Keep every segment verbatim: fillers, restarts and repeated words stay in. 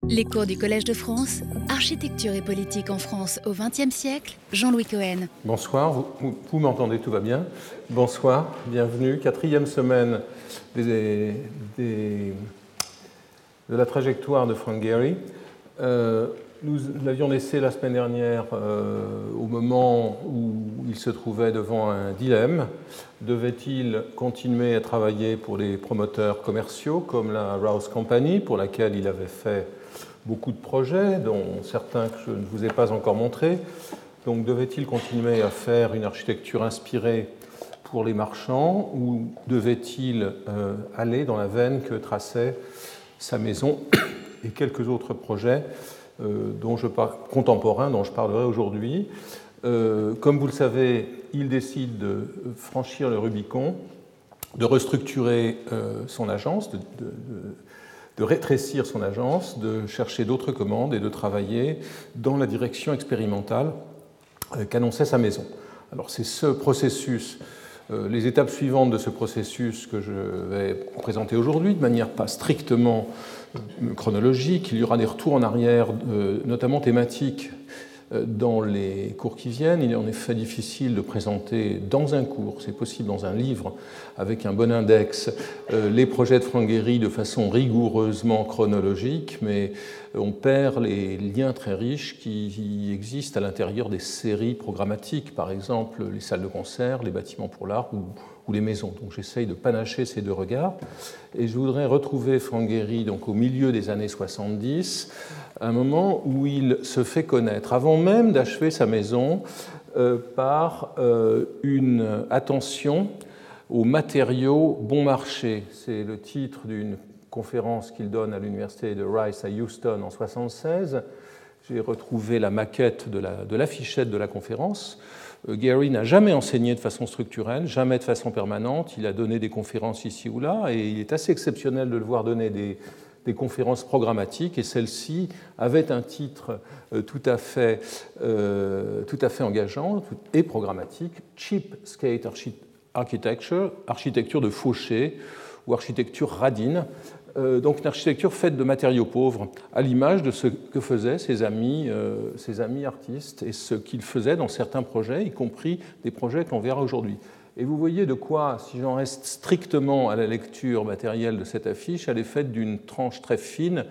Les cours du Collège de France, Architecture et politique en France au vingtième siècle, Jean-Louis Cohen. Bonsoir, vous, vous, vous m'entendez, tout va bien. Bonsoir, bienvenue. Quatrième semaine des, des, de la trajectoire de Frank Gehry. Euh, nous l'avions laissé la semaine dernière euh, au moment où il se trouvait devant un dilemme. Devait-il continuer à travailler pour les promoteurs commerciaux comme la Rouse Company, pour laquelle il avait fait beaucoup de projets, dont certains que je ne vous ai pas encore montrés. Donc, devait-il continuer à faire une architecture inspirée pour les marchands ou devait-il euh, aller dans la veine que traçait sa maison et quelques autres projets euh, dont je par... contemporains dont je parlerai aujourd'hui. Euh, comme vous le savez, il décide de franchir le Rubicon, de restructurer euh, son agence, de, de, de de rétrécir son agence, de chercher d'autres commandes et de travailler dans la direction expérimentale qu'annonçait sa maison. Alors c'est ce processus, euh, les étapes suivantes de ce processus que je vais présenter aujourd'hui, de manière pas strictement chronologique. Il y aura des retours en arrière, euh, notamment thématiques, dans les cours qui viennent. Il est en effet difficile de présenter dans un cours, c'est possible dans un livre, avec un bon index, les projets de Frank Gehry de façon rigoureusement chronologique, mais on perd les liens très riches qui existent à l'intérieur des séries programmatiques, par exemple les salles de concert, les bâtiments pour l'art ou, ou les maisons. Donc j'essaye de panacher ces deux regards. Et je voudrais retrouver Frank Gehry donc, au milieu des années soixante-dix, un moment où il se fait connaître, avant même d'achever sa maison, euh, par euh, une attention aux matériaux bon marché. C'est le titre d'une conférence qu'il donne à l'université de Rice à Houston en mille neuf cent soixante-seize. J'ai retrouvé la maquette de, la, de l'affichette de la conférence. Euh, Gehry n'a jamais enseigné de façon structurelle, jamais de façon permanente. Il a donné des conférences ici ou là, et il est assez exceptionnel de le voir donner des des conférences programmatiques, et celle-ci avait un titre euh, tout, à fait, euh, tout à fait engageant et programmatique, Cheap Skate Architecture, architecture de fauché ou architecture radine, euh, donc une architecture faite de matériaux pauvres, à l'image de ce que faisaient ses amis, euh, ses amis artistes et ce qu'ils faisaient dans certains projets, y compris des projets qu'on verra aujourd'hui. Et vous voyez de quoi, si j'en reste strictement à la lecture matérielle de cette affiche, elle est faite d'une tranche très fine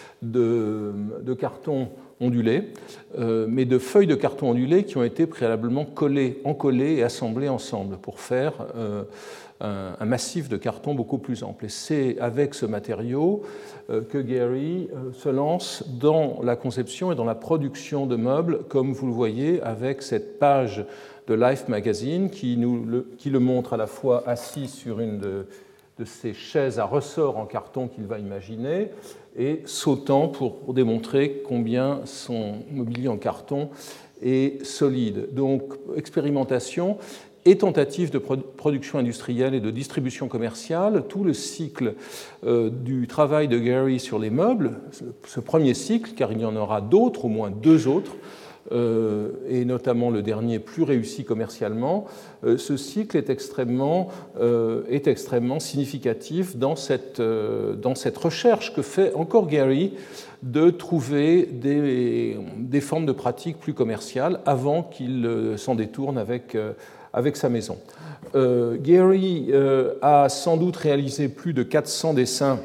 de, de carton ondulé, euh, mais de feuilles de carton ondulé qui ont été préalablement collées, encollées et assemblées ensemble pour faire euh, un, un massif de carton beaucoup plus ample. Et c'est avec ce matériau euh, que Gehry euh, se lance dans la conception et dans la production de meubles, comme vous le voyez avec cette page de Life Magazine, qui, nous le, qui le montre à la fois assis sur une de, de ces chaises à ressort en carton qu'il va imaginer, et sautant pour, pour démontrer combien son mobilier en carton est solide. Donc, expérimentation et tentative de production industrielle et de distribution commerciale, tout le cycle euh, du travail de Gehry sur les meubles, ce, ce premier cycle, car il y en aura d'autres, au moins deux autres, Euh, et notamment le dernier plus réussi commercialement, euh, ce cycle est extrêmement, euh, est extrêmement significatif dans cette, euh, dans cette recherche que fait encore Gehry de trouver des, des formes de pratiques plus commerciales avant qu'il euh, s'en détourne avec, euh, avec sa maison. Euh, Gehry euh, a sans doute réalisé plus de quatre cents dessins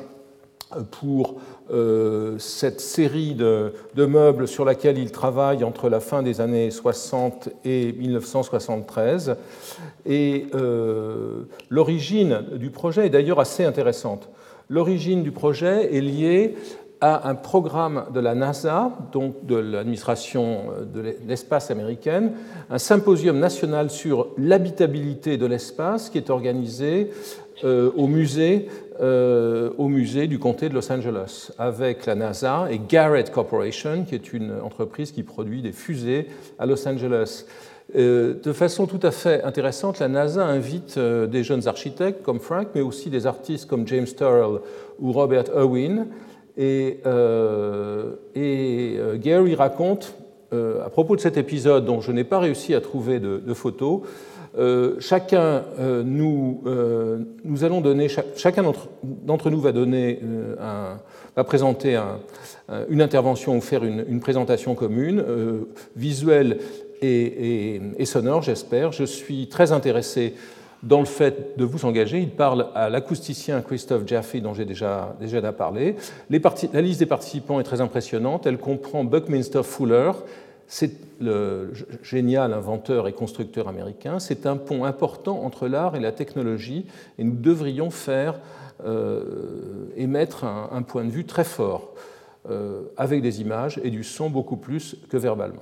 pour Euh, cette série de, de meubles sur laquelle il travaille entre la fin des années soixante et mille neuf cent soixante-treize. Et euh, l'origine du projet est d'ailleurs assez intéressante. L'origine du projet est liée à un programme de la NASA, donc de l'administration de l'espace américaine, un symposium national sur l'habitabilité de l'espace qui est organisé euh, au musée Euh, au musée du comté de Los Angeles, avec la NASA et Garrett Corporation, qui est une entreprise qui produit des fusées à Los Angeles. Euh, de façon tout à fait intéressante, la NASA invite euh, des jeunes architectes comme Frank, mais aussi des artistes comme James Turrell ou Robert Irwin. Et, euh, et euh, Gehry raconte, euh, à propos de cet épisode dont je n'ai pas réussi à trouver de, de photos, Euh, chacun, euh, nous, euh, nous allons donner, chaque, chacun d'entre nous va donner, euh, un, va présenter un, une intervention ou faire une, une présentation commune, euh, visuelle et, et, et sonore, j'espère. Je suis très intéressé dans le fait de vous engager. Il parle à l'acousticien Christophe Jaffe, dont j'ai déjà, déjà parlé. Les parti- la liste des participants est très impressionnante. Elle comprend Buckminster Fuller. C'est le génial inventeur et constructeur américain. C'est un pont important entre l'art et la technologie, et nous devrions faire euh, émettre un, un point de vue très fort, euh, avec des images et du son beaucoup plus que verbalement.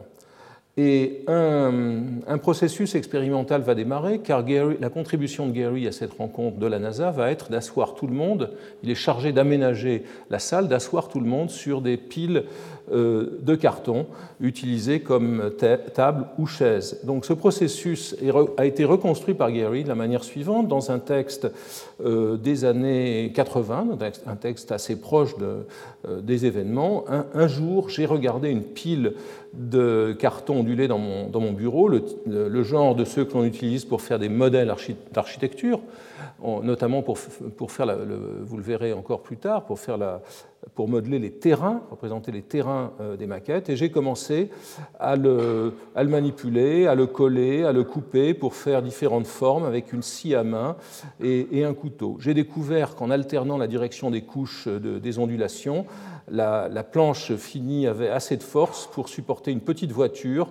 Et un, un processus expérimental va démarrer, car Gary, la contribution de Gary à cette rencontre de la NASA va être d'asseoir tout le monde, il est chargé d'aménager la salle, d'asseoir tout le monde sur des piles euh, de carton utilisées comme table ou chaise. Donc ce processus est re, a été reconstruit par Gary de la manière suivante, dans un texte euh, des années quatre-vingts, un texte assez proche de, euh, des événements. Un, un jour, j'ai regardé une pile de carton ondulé dans mon, dans mon bureau, le, le, le genre de ceux que l'on utilise pour faire des modèles d'architecture, notamment pour, pour faire, la, le, vous le verrez encore plus tard, pour, faire la, pour modeler les terrains, représenter les terrains des maquettes. Et j'ai commencé à le, à le manipuler, à le coller, à le couper pour faire différentes formes avec une scie à main et, et un couteau. J'ai découvert qu'en alternant la direction des couches de, des ondulations, La, la planche finie avait assez de force pour supporter une petite voiture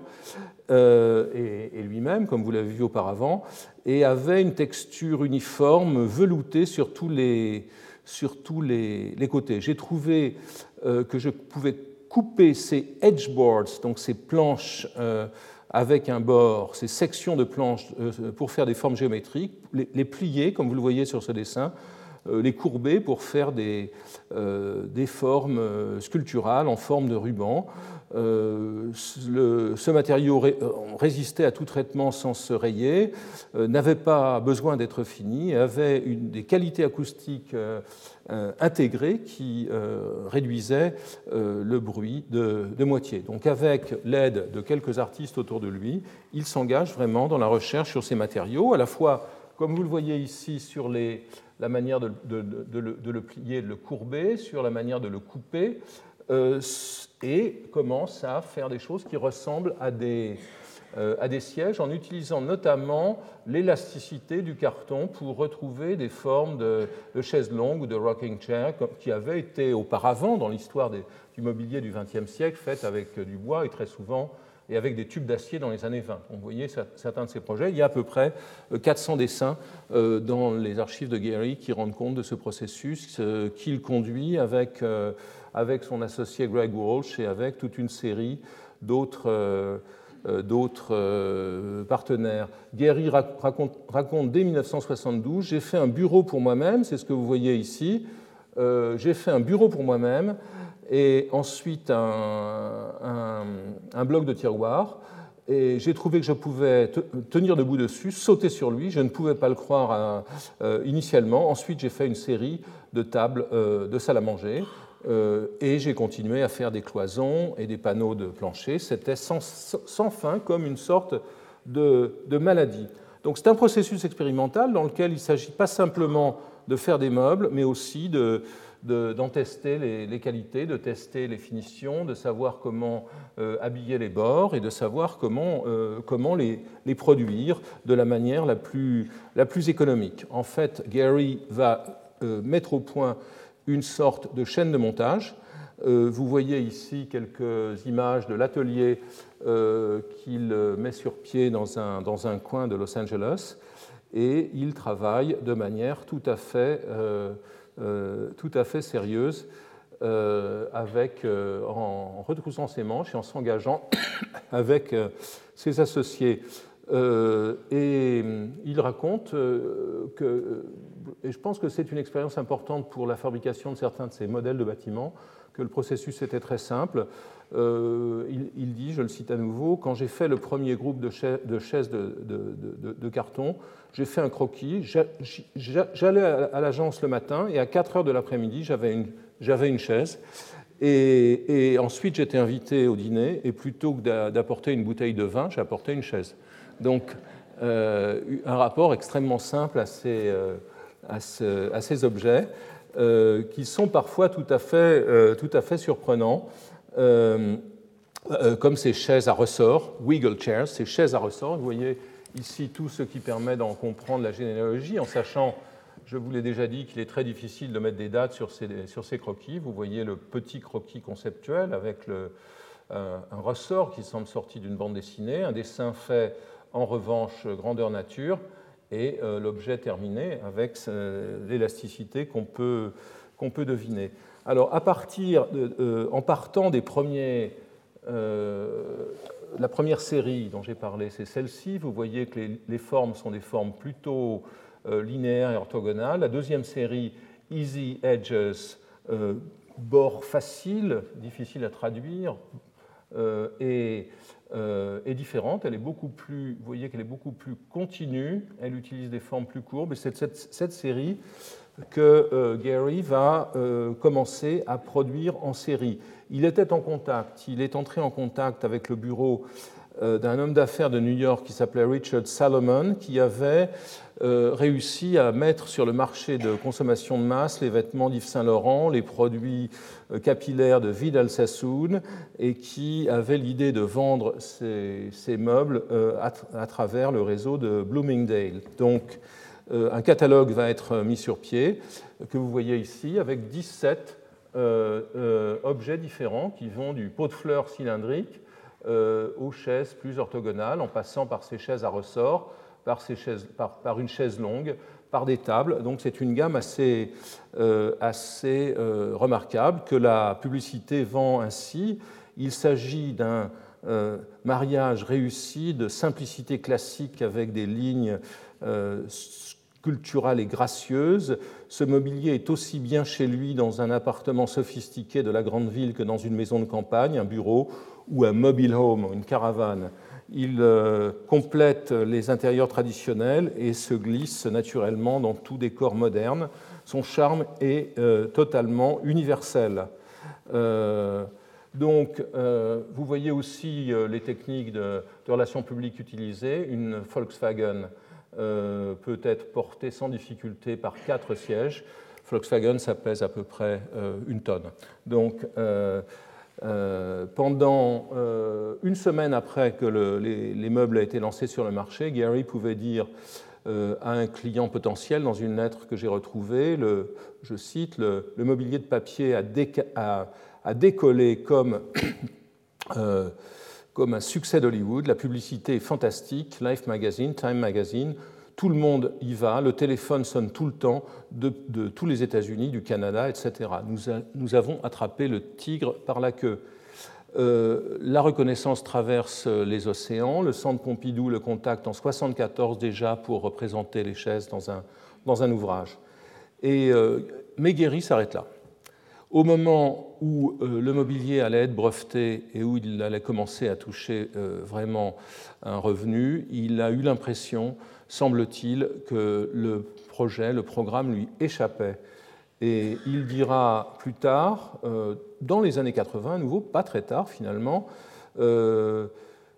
euh, et, et lui-même, comme vous l'avez vu auparavant, et avait une texture uniforme, veloutée sur tous les, sur tous les, les côtés. J'ai trouvé euh, que je pouvais couper ces edgeboards, donc ces planches euh, avec un bord, ces sections de planches euh, pour faire des formes géométriques, les, les plier, comme vous le voyez sur ce dessin, les courber pour faire des, euh, des formes sculpturales en forme de ruban. Euh, le, ce matériau ré, résistait à tout traitement sans se rayer, euh, n'avait pas besoin d'être fini, avait une, des qualités acoustiques euh, intégrées qui euh, réduisaient euh, le bruit de, de moitié. Donc avec l'aide de quelques artistes autour de lui, il s'engage vraiment dans la recherche sur ces matériaux, à la fois, comme vous le voyez ici, sur les la manière de, de, de, le, de le plier, de le courber, sur la manière de le couper, euh, et commence à faire des choses qui ressemblent à des, euh, à des sièges, en utilisant notamment l'élasticité du carton pour retrouver des formes de, de chaises longues ou de rocking chair qui avaient été auparavant, dans l'histoire du mobilier du vingtième siècle, faites avec du bois et très souvent et avec des tubes d'acier dans les années vingt. On voyait certains de ces projets. Il y a à peu près quatre cents dessins dans les archives de Gary qui rendent compte de ce processus qu'il conduit avec, avec son associé Greg Walsh et avec toute une série d'autres d'autres partenaires. Gary raconte, raconte dès mille neuf cent soixante-douze, j'ai fait un bureau pour moi-même, c'est ce que vous voyez ici, euh, j'ai fait un bureau pour moi-même, et ensuite un, un, un bloc de tiroir. Et j'ai trouvé que je pouvais te, tenir debout dessus, sauter sur lui. Je ne pouvais pas le croire à, euh, initialement. Ensuite, j'ai fait une série de tables euh, de salle à manger. Euh, et j'ai continué à faire des cloisons et des panneaux de plancher. C'était sans, sans fin, comme une sorte de, de maladie. Donc c'est un processus expérimental dans lequel il ne s'agit pas simplement de faire des meubles, mais aussi de... d'en tester les, les qualités, de tester les finitions, de savoir comment euh, habiller les bords et de savoir comment, euh, comment les, les produire de la manière la plus, la plus économique. En fait, Gary va euh, mettre au point une sorte de chaîne de montage. Euh, vous voyez ici quelques images de l'atelier euh, qu'il met sur pied dans un, dans un coin de Los Angeles, et il travaille de manière tout à fait... Euh, Euh, tout à fait sérieuse, euh, avec, euh, en retroussant ses manches et en s'engageant avec euh, ses associés. Euh, et il raconte euh, que, et je pense que c'est une expérience importante pour la fabrication de certains de ces modèles de bâtiments, que le processus était très simple. Euh, il, il dit, je le cite à nouveau, quand j'ai fait le premier groupe de chaises de, chaises de, de, de, de carton, j'ai fait un croquis, j'allais à l'agence le matin et à quatre heures de l'après-midi, j'avais une, j'avais une chaise. Et, et ensuite, j'étais invité au dîner et plutôt que d'apporter une bouteille de vin, j'ai apporté une chaise. Donc, euh, un rapport extrêmement simple à ces, euh, à ce, à ces objets, euh, qui sont parfois tout à fait, euh, tout à fait surprenants, euh, euh, comme ces chaises à ressort, wiggle chairs, ces chaises à ressort. Vous voyez ici tout ce qui permet d'en comprendre la généalogie, en sachant, je vous l'ai déjà dit, qu'il est très difficile de mettre des dates sur ces, sur ces croquis. Vous voyez le petit croquis conceptuel avec le, un, un ressort qui semble sorti d'une bande dessinée, un dessin fait en revanche grandeur nature, et euh, l'objet terminé avec euh, l'élasticité qu'on peut, qu'on peut deviner. Alors, à partir de, euh, en partant des premiers, euh, la première série dont j'ai parlé, c'est celle-ci. Vous voyez que les, les formes sont des formes plutôt euh, linéaires et orthogonales. La deuxième série, Easy Edges, euh, bord facile, difficile à traduire, euh, et Euh, est différente, elle est beaucoup plus, vous voyez qu'elle est beaucoup plus continue, elle utilise des formes plus courbes, et c'est cette, cette série que euh, Gary va euh, commencer à produire en série. Il était en contact, il est entré en contact avec le bureau euh, d'un homme d'affaires de New York qui s'appelait Richard Salomon, qui avait euh, réussi à mettre sur le marché de consommation de masse les vêtements d'Yves Saint-Laurent, les produits euh, capillaires de Vidal Sassoon, et qui avait l'idée de vendre ces, ces meubles euh, à, à travers le réseau de Bloomingdale. Donc, euh, un catalogue va être mis sur pied, que vous voyez ici, avec dix-sept euh, euh, objets différents qui vont du pot de fleurs cylindrique euh, aux chaises plus orthogonales, en passant par ces chaises à ressort, par, ces chaises, par, par une chaise longue, par des tables. Donc c'est une gamme assez, euh, assez euh, remarquable que la publicité vend ainsi. Il s'agit d'un euh, mariage réussi de simplicité classique avec des lignes euh, sculpturales et gracieuses. Ce mobilier est aussi bien chez lui dans un appartement sophistiqué de la grande ville que dans une maison de campagne, un bureau ou un mobile home, une caravane. Il euh, complète les intérieurs traditionnels et se glisse naturellement dans tout décor moderne. Son charme est euh, totalement universel. Euh, donc, euh, vous voyez aussi euh, les techniques de, de relations publiques utilisées. Une Volkswagen euh, peut être portée sans difficulté par quatre sièges. Volkswagen, ça pèse à peu près euh, une tonne. Donc, euh, Euh, pendant euh, une semaine après que le, les, les meubles aient été lancés sur le marché, Gary pouvait dire euh, à un client potentiel, dans une lettre que j'ai retrouvée, le, je cite, le, le mobilier de papier a, déca, a, a décollé comme, euh, comme un succès d'Hollywood, la publicité est fantastique, Life Magazine, Time Magazine, tout le monde y va, le téléphone sonne tout le temps de, de tous les États-Unis, du Canada, et cetera. Nous, a, nous avons attrapé le tigre par la queue. Euh, la reconnaissance traverse les océans. Le Centre Pompidou le contacte en mille neuf cent soixante-quatorze déjà pour représenter les chaises dans un, dans un ouvrage. Et, euh, mais Gary s'arrête là. Au moment où euh, le mobilier allait être breveté et où il allait commencer à toucher euh, vraiment un revenu, il a eu l'impression, semble-t-il, que le projet, le programme lui échappait. Et il dira plus tard, euh, dans les années quatre-vingts, à nouveau, pas très tard finalement, euh,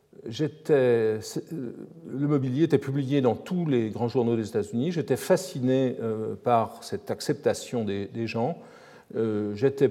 j'étais, le mobilier était publié dans tous les grands journaux des États-Unis, j'étais fasciné euh, par cette acceptation des, des gens. Euh, j'étais,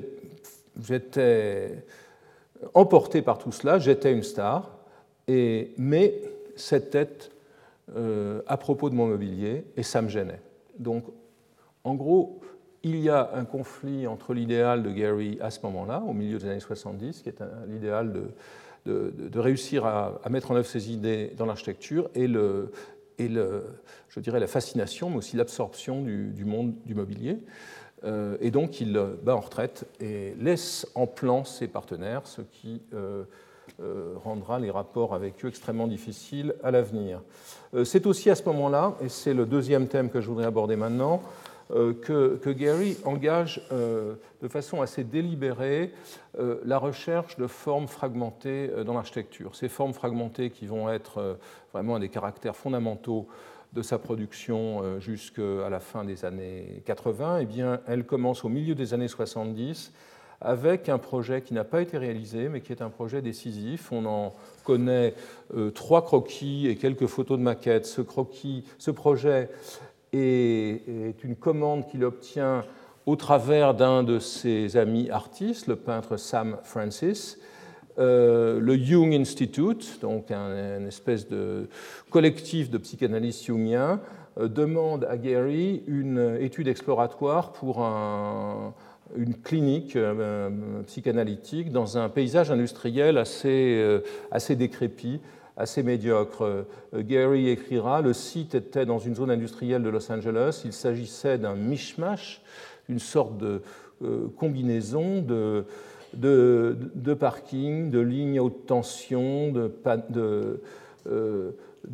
j'étais emporté par tout cela, j'étais une star, et, mais c'était euh, à propos de mon mobilier et ça me gênait. Donc, en gros, il y a un conflit entre l'idéal de Gary à ce moment-là, au milieu des années soixante-dix, qui est un, l'idéal de, de, de réussir à, à mettre en œuvre ses idées dans l'architecture, et, le, et le, je dirais la fascination, mais aussi l'absorption du, du monde du mobilier. Euh, et donc, il bat en retraite et laisse en plan ses partenaires, ce qui euh, euh, rendra les rapports avec eux extrêmement difficiles à l'avenir. Euh, c'est aussi à ce moment-là, et c'est le deuxième thème que je voudrais aborder maintenant, euh, que, que Gary engage euh, de façon assez délibérée euh, la recherche de formes fragmentées dans l'architecture. Ces formes fragmentées qui vont être euh, vraiment un des caractères fondamentaux de sa production jusqu'à la fin des années quatre-vingts, eh bien, elle commence au milieu des années soixante-dix avec un projet qui n'a pas été réalisé, mais qui est un projet décisif. On en connaît euh, trois croquis et quelques photos de maquettes. Ce, croquis, ce projet est, est une commande qu'il obtient au travers d'un de ses amis artistes, le peintre Sam Francis. Euh, le Jung Institute, donc un, une espèce de collectif de psychanalystes jungiens, euh, demande à Gehry une étude exploratoire pour un, une clinique euh, psychanalytique dans un paysage industriel assez, euh, assez décrépit, assez médiocre. Euh, Gehry écrira « Le site était dans une zone industrielle de Los Angeles. Il s'agissait d'un mishmash, une sorte de euh, combinaison de... De, de parking, de lignes à haute tension, de, de, euh,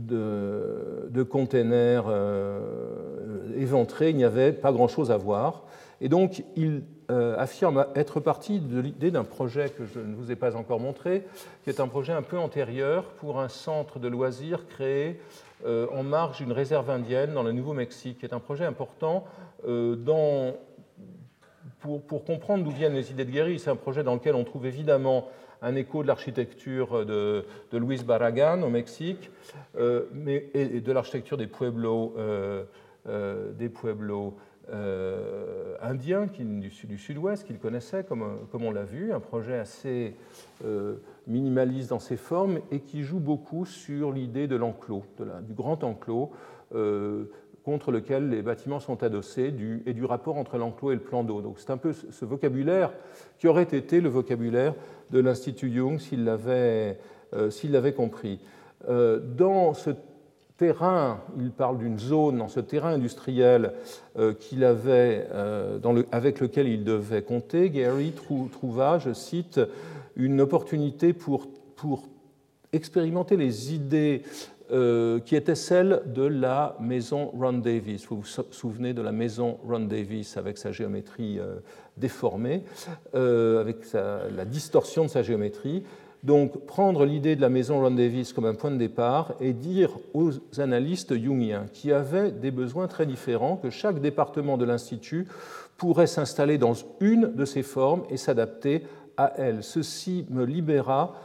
de, de containers euh, éventrés, il n'y avait pas grand-chose à voir. Et donc, il euh, affirme être parti de l'idée d'un projet que je ne vous ai pas encore montré, qui est un projet un peu antérieur pour un centre de loisirs créé euh, en marge d'une réserve indienne dans le Nouveau-Mexique, qui est un projet important euh, dans... Pour, pour comprendre d'où viennent les idées de Gehry, c'est un projet dans lequel on trouve évidemment un écho de l'architecture de, de Luis Barragán au Mexique, euh, mais, et de l'architecture des pueblos, euh, euh, des pueblos euh, indiens qui, du, du sud-ouest qu'il connaissait, comme, comme on l'a vu, un projet assez euh, minimaliste dans ses formes et qui joue beaucoup sur l'idée de l'enclos, de la, du grand enclos, euh, contre lequel les bâtiments sont adossés, du, et du rapport entre l'enclos et le plan d'eau. Donc c'est un peu ce vocabulaire qui aurait été le vocabulaire de l'Institut Jung s'il l'avait, euh, s'il l'avait compris. Euh, dans ce terrain, il parle d'une zone, dans ce terrain industriel euh, qu'il avait, euh, dans le, avec lequel il devait compter, Gehry trou, trouva, je cite, une opportunité pour, pour expérimenter les idées Euh, qui était celle de la maison Ron Davis. Vous vous souvenez de la maison Ron Davis avec sa géométrie euh, déformée, euh, avec sa, la distorsion de sa géométrie. Donc, prendre l'idée de la maison Ron Davis comme un point de départ et dire aux analystes jungiens qui avaient des besoins très différents que chaque département de l'Institut pourrait s'installer dans une de ces formes et s'adapter à elle. Ceci me libéra,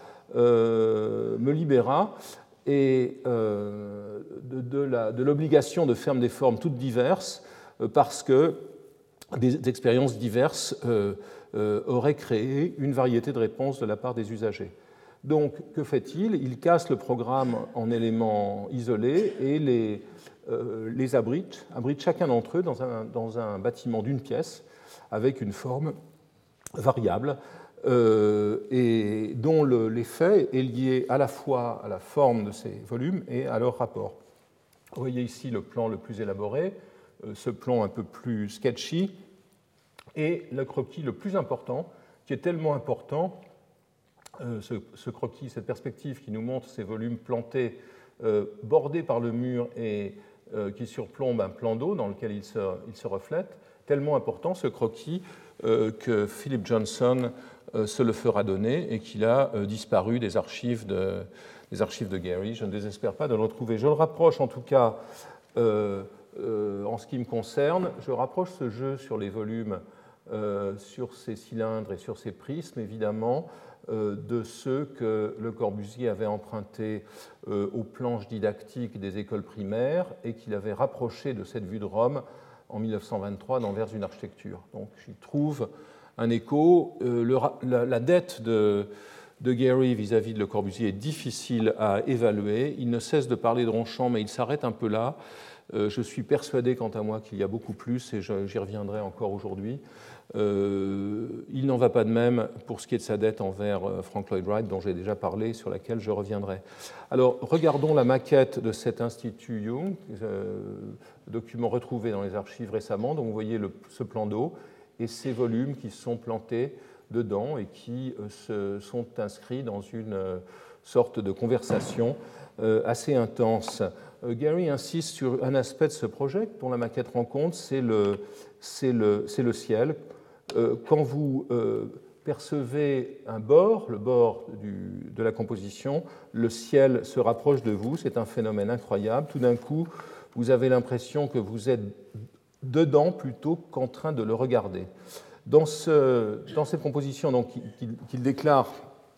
euh, me libéra et euh, de, de, la, de l'obligation de faire des formes toutes diverses, euh, parce que des, des expériences diverses euh, euh, auraient créé une variété de réponses de la part des usagers. Donc, que fait-il? Il casse le programme en éléments isolés et les, euh, les abrite, abrite chacun d'entre eux dans un, dans un bâtiment d'une pièce avec une forme variable, Euh, et dont le, l'effet est lié à la fois à la forme de ces volumes et à leur rapport. Vous voyez ici le plan le plus élaboré, euh, ce plan un peu plus sketchy, et le croquis le plus important, qui est tellement important, euh, ce, ce croquis, cette perspective qui nous montre ces volumes plantés, euh, bordés par le mur et euh, qui surplombe un plan d'eau dans lequel il se, il se reflète, tellement important ce croquis euh, que Philip Johnson se le fera donner et qu'il a disparu des archives de, des archives de Gehry. Je ne désespère pas de le retrouver. Je le rapproche en tout cas, euh, euh, en ce qui me concerne, je rapproche ce jeu sur les volumes, euh, sur ces cylindres et sur ces prismes, évidemment, euh, de ceux que Le Corbusier avait empruntés euh, aux planches didactiques des écoles primaires et qu'il avait rapproché de cette vue de Rome en mille neuf cent vingt-trois dans Vers une architecture. Donc j'y trouve un écho. Euh, le, la, la dette de, de Gehry vis-à-vis de Le Corbusier est difficile à évaluer. Il ne cesse de parler de Ronchamp, mais il s'arrête un peu là. Euh, je suis persuadé, quant à moi, qu'il y a beaucoup plus, et je, j'y reviendrai encore aujourd'hui. Euh, il n'en va pas de même pour ce qui est de sa dette envers Frank Lloyd Wright, dont j'ai déjà parlé, sur laquelle je reviendrai. Alors, regardons la maquette de cet Institut Jung, euh, document retrouvé dans les archives récemment. Donc, vous voyez le, ce plan d'eau et ces volumes qui sont plantés dedans et qui se sont inscrits dans une sorte de conversation assez intense. Gehry insiste sur un aspect de ce projet dont la maquette rend compte, c'est le, c'est le, c'est le ciel. Quand vous percevez un bord, le bord du, de la composition, le ciel se rapproche de vous, c'est un phénomène incroyable. Tout d'un coup, vous avez l'impression que vous êtes dedans plutôt qu'en train de le regarder. Dans, ce, dans cette composition donc, qu'il, qu'il déclare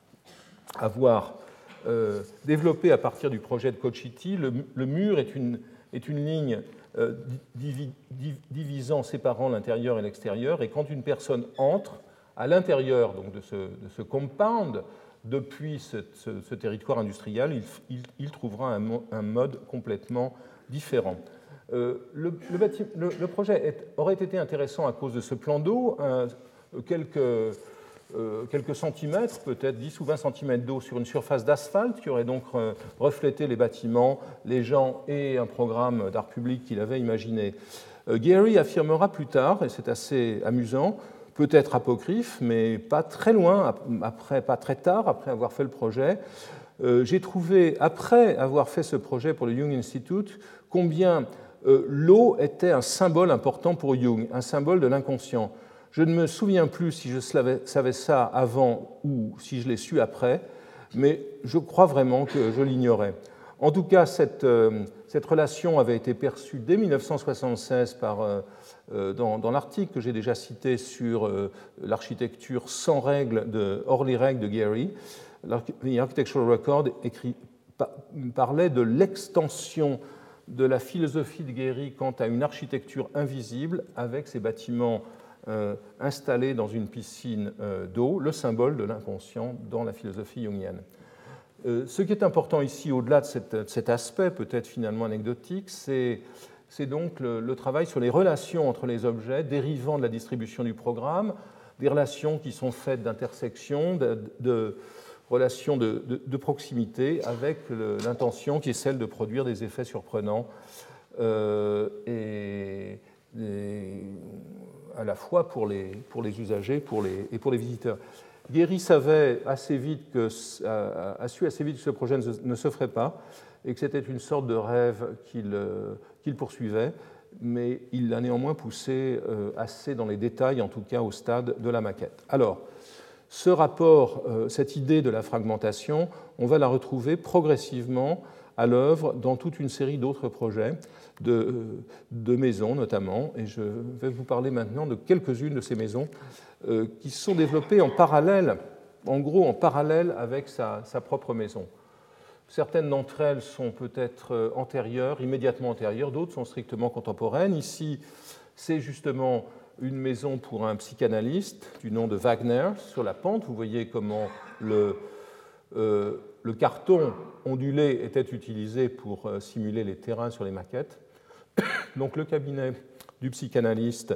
avoir euh, développé à partir du projet de Coccitti, le, le mur est une, est une ligne euh, divi, div, divisant, séparant l'intérieur et l'extérieur, et quand une personne entre à l'intérieur donc, de, ce, de ce compound, depuis ce, ce, ce territoire industriel, il, il, il trouvera un, un mode complètement différent. Euh, le, le, bâtiment, le, le projet est, aurait été intéressant à cause de ce plan d'eau, un, quelques, euh, quelques centimètres, peut-être dix ou vingt centimètres d'eau sur une surface d'asphalte qui aurait donc euh, reflété les bâtiments, les gens et un programme d'art public qu'il avait imaginé. Euh, Gehry affirmera plus tard, et c'est assez amusant, peut-être apocryphe, mais pas très loin, après, pas très tard, après avoir fait le projet, euh, j'ai trouvé, après avoir fait ce projet pour le Jung Institute, combien euh, l'eau était un symbole important pour Jung, un symbole de l'inconscient. Je ne me souviens plus si je savais ça avant ou si je l'ai su après, mais je crois vraiment que je l'ignorais. En tout cas, cette, euh, cette relation avait été perçue dès mille neuf cent soixante-seize par... Euh, Dans, dans l'article que j'ai déjà cité sur euh, l'architecture sans règles, de, hors les règles de Gehry, The Architectural Record écrit, pa, parlait de l'extension de la philosophie de Gehry quant à une architecture invisible avec ses bâtiments euh, installés dans une piscine euh, d'eau, le symbole de l'inconscient dans la philosophie jungienne. Euh, ce qui est important ici, au-delà de, cette, de cet aspect peut-être finalement anecdotique, c'est C'est donc le, le travail sur les relations entre les objets dérivant de la distribution du programme, des relations qui sont faites d'intersection, de, de relations de, de, de proximité, avec le, l'intention qui est celle de produire des effets surprenants euh, et, et à la fois pour les, pour les usagers pour les, et pour les visiteurs. Gehry savait assez vite que, a, a su assez vite que ce projet ne, ne se ferait pas et que c'était une sorte de rêve qu'il, qu'il poursuivait, mais il l'a néanmoins poussé assez dans les détails, en tout cas au stade de la maquette. Alors, ce rapport, cette idée de la fragmentation, on va la retrouver progressivement à l'œuvre dans toute une série d'autres projets, de, de maisons notamment, et je vais vous parler maintenant de quelques-unes de ces maisons euh, qui sont développées en parallèle, en gros en parallèle avec sa, sa propre maison. Certaines d'entre elles sont peut-être antérieures, immédiatement antérieures, d'autres sont strictement contemporaines. Ici, c'est justement une maison pour un psychanalyste du nom de Wagner sur la pente. Vous voyez comment le, euh, le carton ondulé était utilisé pour simuler les terrains sur les maquettes. Donc le cabinet du psychanalyste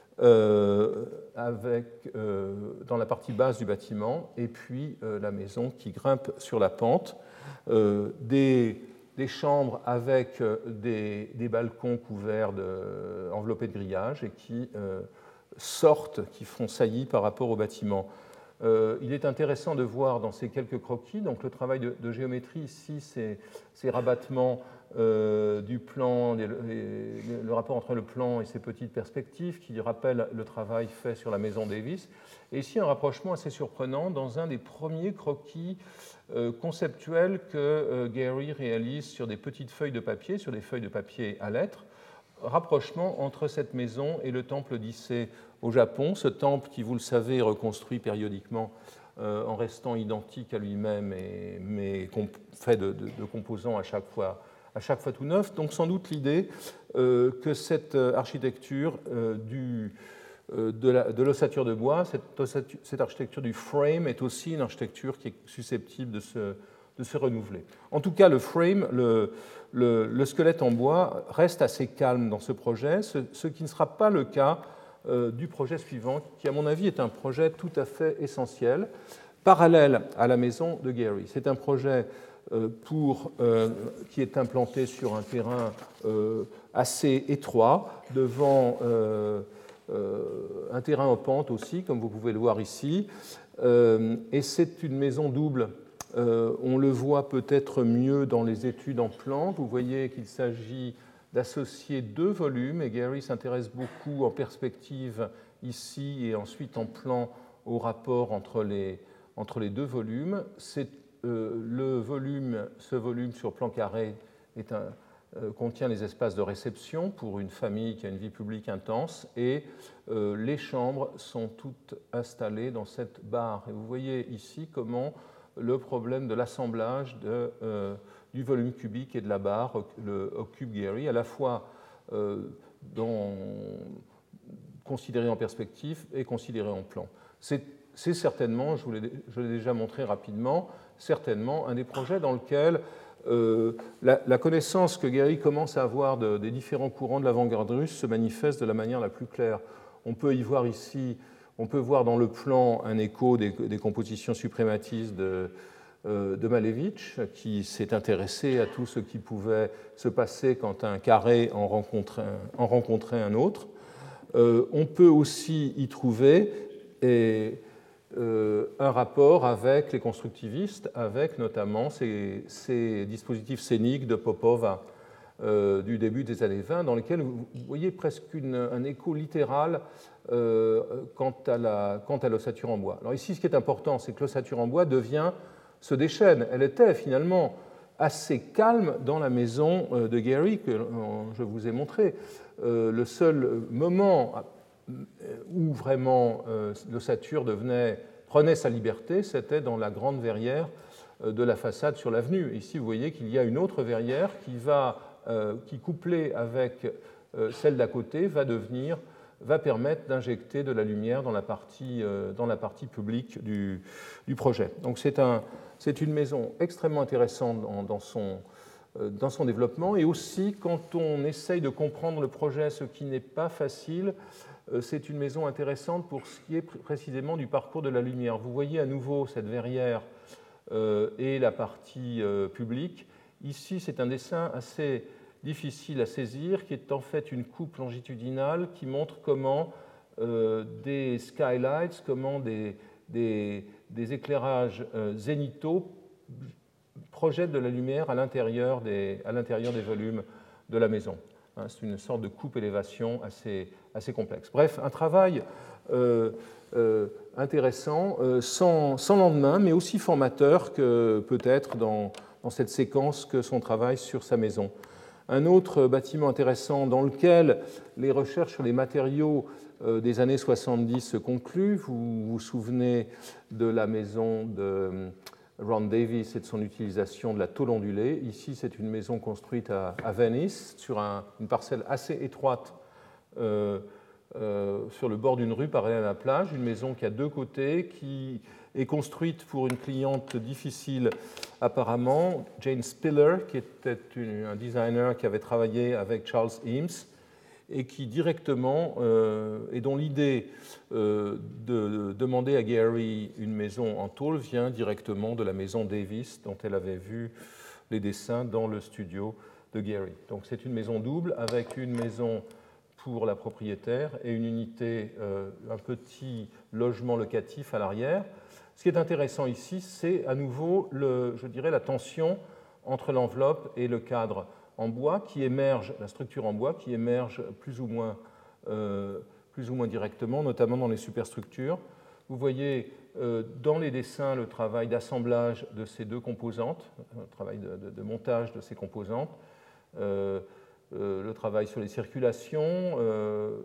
euh, avec, euh, dans la partie basse du bâtiment, et puis euh, la maison qui grimpe sur la pente. Euh, des, des chambres avec des, des balcons couverts, de, enveloppés de grillage et qui euh, sortent, qui font saillie par rapport au bâtiment. Euh, il est intéressant de voir dans ces quelques croquis, donc le travail de, de géométrie ici, c'est ces rabattements euh, du plan, les, les, le rapport entre le plan et ses petites perspectives qui rappellent le travail fait sur la maison Davis. Et ici, un rapprochement assez surprenant dans un des premiers croquis euh, conceptuels que euh, Gehry réalise sur des petites feuilles de papier, sur des feuilles de papier à lettres. Rapprochement entre cette maison et le temple d'Issé au Japon, ce temple qui, vous le savez, est reconstruit périodiquement euh, en restant identique à lui-même, et, mais fait de, de, de composants à chaque fois, à chaque fois tout neufs. Donc sans doute l'idée euh, que cette architecture euh, du, euh, de, la, de l'ossature de bois, cette, cette architecture du frame est aussi une architecture qui est susceptible de se, de se renouveler. En tout cas, le frame, le, le, le squelette en bois reste assez calme dans ce projet, ce, ce qui ne sera pas le cas euh, du projet suivant, qui à mon avis est un projet tout à fait essentiel, parallèle à la maison de Gehry. C'est un projet euh, pour, euh, qui est implanté sur un terrain euh, assez étroit, devant euh, euh, un terrain en pente aussi, comme vous pouvez le voir ici, euh, et c'est une maison double. Euh, on le voit peut-être mieux dans les études en plan. Vous voyez qu'il s'agit d'associer deux volumes, et Gehry s'intéresse beaucoup en perspective ici et ensuite en plan au rapport entre les, entre les deux volumes. C'est, euh, le volume, ce volume sur plan carré est un, euh, contient les espaces de réception pour une famille qui a une vie publique intense, et euh, les chambres sont toutes installées dans cette barre. Et vous voyez ici comment le problème de l'assemblage de, euh, du volume cubique et de la barre le, occupe Gehry, à la fois euh, dans, considéré en perspective et considéré en plan. C'est C'est certainement, je vous l'ai déjà montré rapidement, certainement un des projets dans lequel euh, la, la connaissance que Gehry commence à avoir de, des différents courants de l'avant-garde russe se manifeste de la manière la plus claire. On peut y voir ici, on peut voir dans le plan un écho des, des compositions suprématistes de, euh, de Malevich, qui s'est intéressé à tout ce qui pouvait se passer quand un carré en rencontrait un, en rencontrait un autre. Euh, on peut aussi y trouver et, Euh, un rapport avec les constructivistes, avec notamment ces, ces dispositifs scéniques de Popova euh, du début des années vingt, dans lesquels vous voyez presque une, un écho littéral euh, quant à la, quant à l'ossature en bois. Alors ici, ce qui est important, c'est que l'ossature en bois devient, se déchaîne. Elle était finalement assez calme dans la maison de Gehry que je vous ai montré. Euh, le seul moment où vraiment euh, l'ossature devenait, prenait sa liberté, c'était dans la grande verrière euh, de la façade sur l'avenue. Ici, vous voyez qu'il y a une autre verrière qui, va, euh, qui couplée avec euh, celle d'à côté, va devenir, va permettre d'injecter de la lumière dans la partie, euh, dans la partie publique du, du projet. Donc c'est un, c'est une maison extrêmement intéressante dans, dans son dans son développement, et aussi quand on essaye de comprendre le projet, ce qui n'est pas facile, c'est une maison intéressante pour ce qui est précisément du parcours de la lumière. Vous voyez à nouveau cette verrière euh, et la partie euh, publique. Ici, c'est un dessin assez difficile à saisir, qui est en fait une coupe longitudinale qui montre comment euh, des skylights, comment des, des, des éclairages euh, zénithaux projette de la lumière à l'intérieur des, à l'intérieur des volumes de la maison. C'est une sorte de coupe-élévation assez, assez complexe. Bref, un travail euh, euh, intéressant, euh, sans, sans lendemain, mais aussi formateur que peut-être dans, dans cette séquence que son travail sur sa maison. Un autre bâtiment intéressant dans lequel les recherches sur les matériaux euh, des années soixante-dix se concluent. Vous vous souvenez de la maison de Ron Davis et de son utilisation de la tôle ondulée. Ici, c'est une maison construite à, à Venice, sur un, une parcelle assez étroite euh, euh, sur le bord d'une rue parallèle à la plage, une maison qui a deux côtés, qui est construite pour une cliente difficile apparemment, Jane Spiller, qui était une, un designer qui avait travaillé avec Charles Eames, et qui directement, euh, et dont l'idée euh, de, de demander à Gehry une maison en tôle vient directement de la maison Davis, dont elle avait vu les dessins dans le studio de Gehry. Donc c'est une maison double, avec une maison pour la propriétaire et une unité, euh, un petit logement locatif à l'arrière. Ce qui est intéressant ici, c'est à nouveau, le, je dirais, la tension entre l'enveloppe et le cadre en bois qui émerge, la structure en bois qui émerge plus ou moins, euh, plus ou moins directement, notamment dans les superstructures. Vous voyez euh, dans les dessins le travail d'assemblage de ces deux composantes, le travail de, de, de montage de ces composantes, euh, euh, le travail sur les circulations, euh,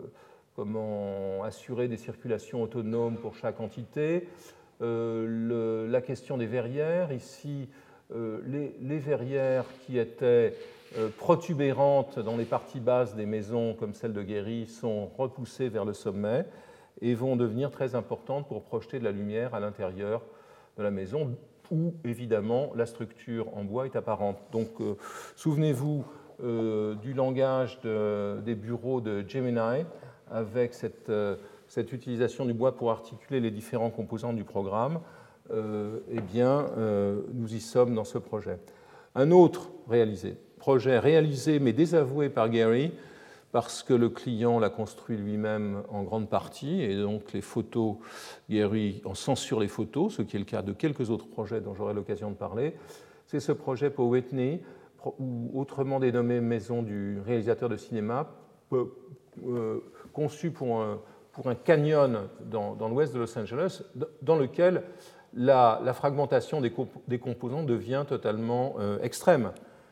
comment assurer des circulations autonomes pour chaque entité, euh, le, la question des verrières, ici euh, les, les verrières qui étaient Euh, protubérantes dans les parties basses des maisons comme celle de Gehry sont repoussées vers le sommet et vont devenir très importantes pour projeter de la lumière à l'intérieur de la maison où évidemment la structure en bois est apparente. Donc euh, souvenez-vous euh, du langage de, des bureaux de Gemini avec cette, euh, cette utilisation du bois pour articuler les différents composants du programme. Euh, eh bien, euh, nous y sommes dans ce projet. Un autre réalisé. Projet réalisé mais désavoué par Gehry parce que le client l'a construit lui-même en grande partie et donc les photos, Gehry en censure les photos, ce qui est le cas de quelques autres projets dont j'aurai l'occasion de parler. C'est ce projet pour Whitney, ou autrement dénommé Maison du réalisateur de cinéma, euh, conçu pour un, pour un canyon dans, dans l'ouest de Los Angeles, dans lequel la, la fragmentation des, comp des composants devient totalement euh, extrême.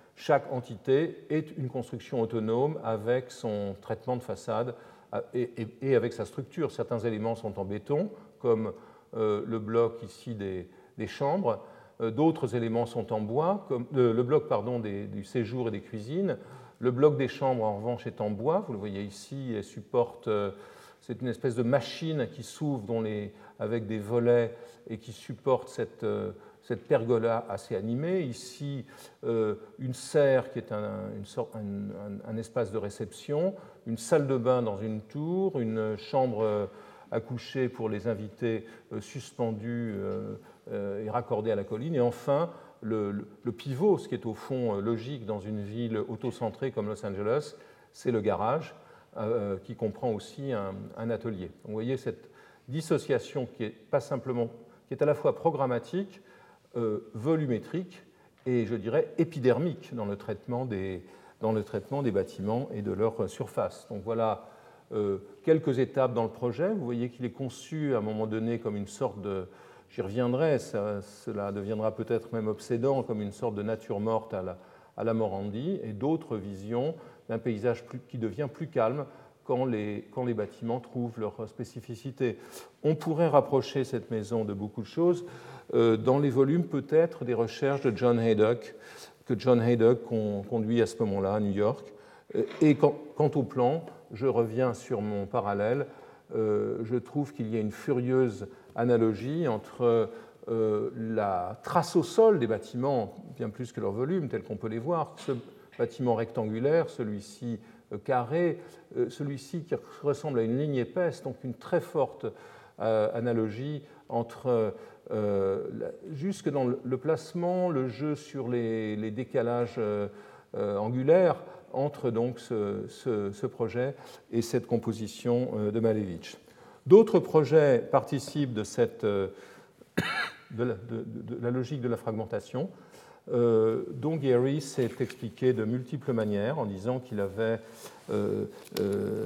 Chaque entité est une construction autonome avec son traitement de façade et, et, et avec sa structure. Certains éléments sont en béton, comme euh, le bloc ici des, des chambres. Euh, D'autres éléments sont en bois, comme euh, le bloc pardon, des, du séjour et des cuisines. Le bloc des chambres, en revanche, est en bois. Vous le voyez ici, et supporte... Euh, c'est une espèce de machine qui s'ouvre dont les, avec des volets et qui supporte cette, euh, cette pergola assez animée. Ici, euh, une serre qui est un, une sorte, un, un, un espace de réception, une salle de bain dans une tour, une chambre à coucher pour les invités euh, suspendus euh, euh, et raccordés à la colline. Et enfin, le, le, le pivot, ce qui est au fond euh, logique dans une ville autocentrée comme Los Angeles, c'est le garage, Euh, qui comprend aussi un, un atelier. Donc, vous voyez cette dissociation qui est, pas simplement, qui est à la fois programmatique, euh, volumétrique et, je dirais, épidermique dans le traitement des, dans le traitement des bâtiments et de leur surface. Donc voilà euh, quelques étapes dans le projet. Vous voyez qu'il est conçu à un moment donné comme une sorte de, j'y reviendrai, ça, cela deviendra peut-être même obsédant, comme une sorte de nature morte à la, à la Morandi, et d'autres visions d'un paysage plus, qui devient plus calme quand les, quand les bâtiments trouvent leur spécificité. On pourrait rapprocher cette maison de beaucoup de choses. Euh, dans les volumes, peut-être, des recherches de John Haydock, que John Haydock con, conduit à ce moment-là à New York. Et quand, quant au plan, je reviens sur mon parallèle, euh, je trouve qu'il y a une furieuse analogie entre euh, la trace au sol des bâtiments, bien plus que leur volume, tel qu'on peut les voir, ce bâtiment rectangulaire, celui-ci euh, carré, euh, celui-ci qui ressemble à une ligne épaisse, donc une très forte euh, analogie entre euh, la, jusque dans le, le placement, le jeu sur les, les décalages euh, euh, angulaires entre donc ce, ce, ce projet et cette composition euh, de Malevich. D'autres projets participent de, cette, euh, de, la, de, de la logique de la fragmentation. Euh, dont Gehry s'est expliqué de multiples manières en disant qu'il avait euh, euh,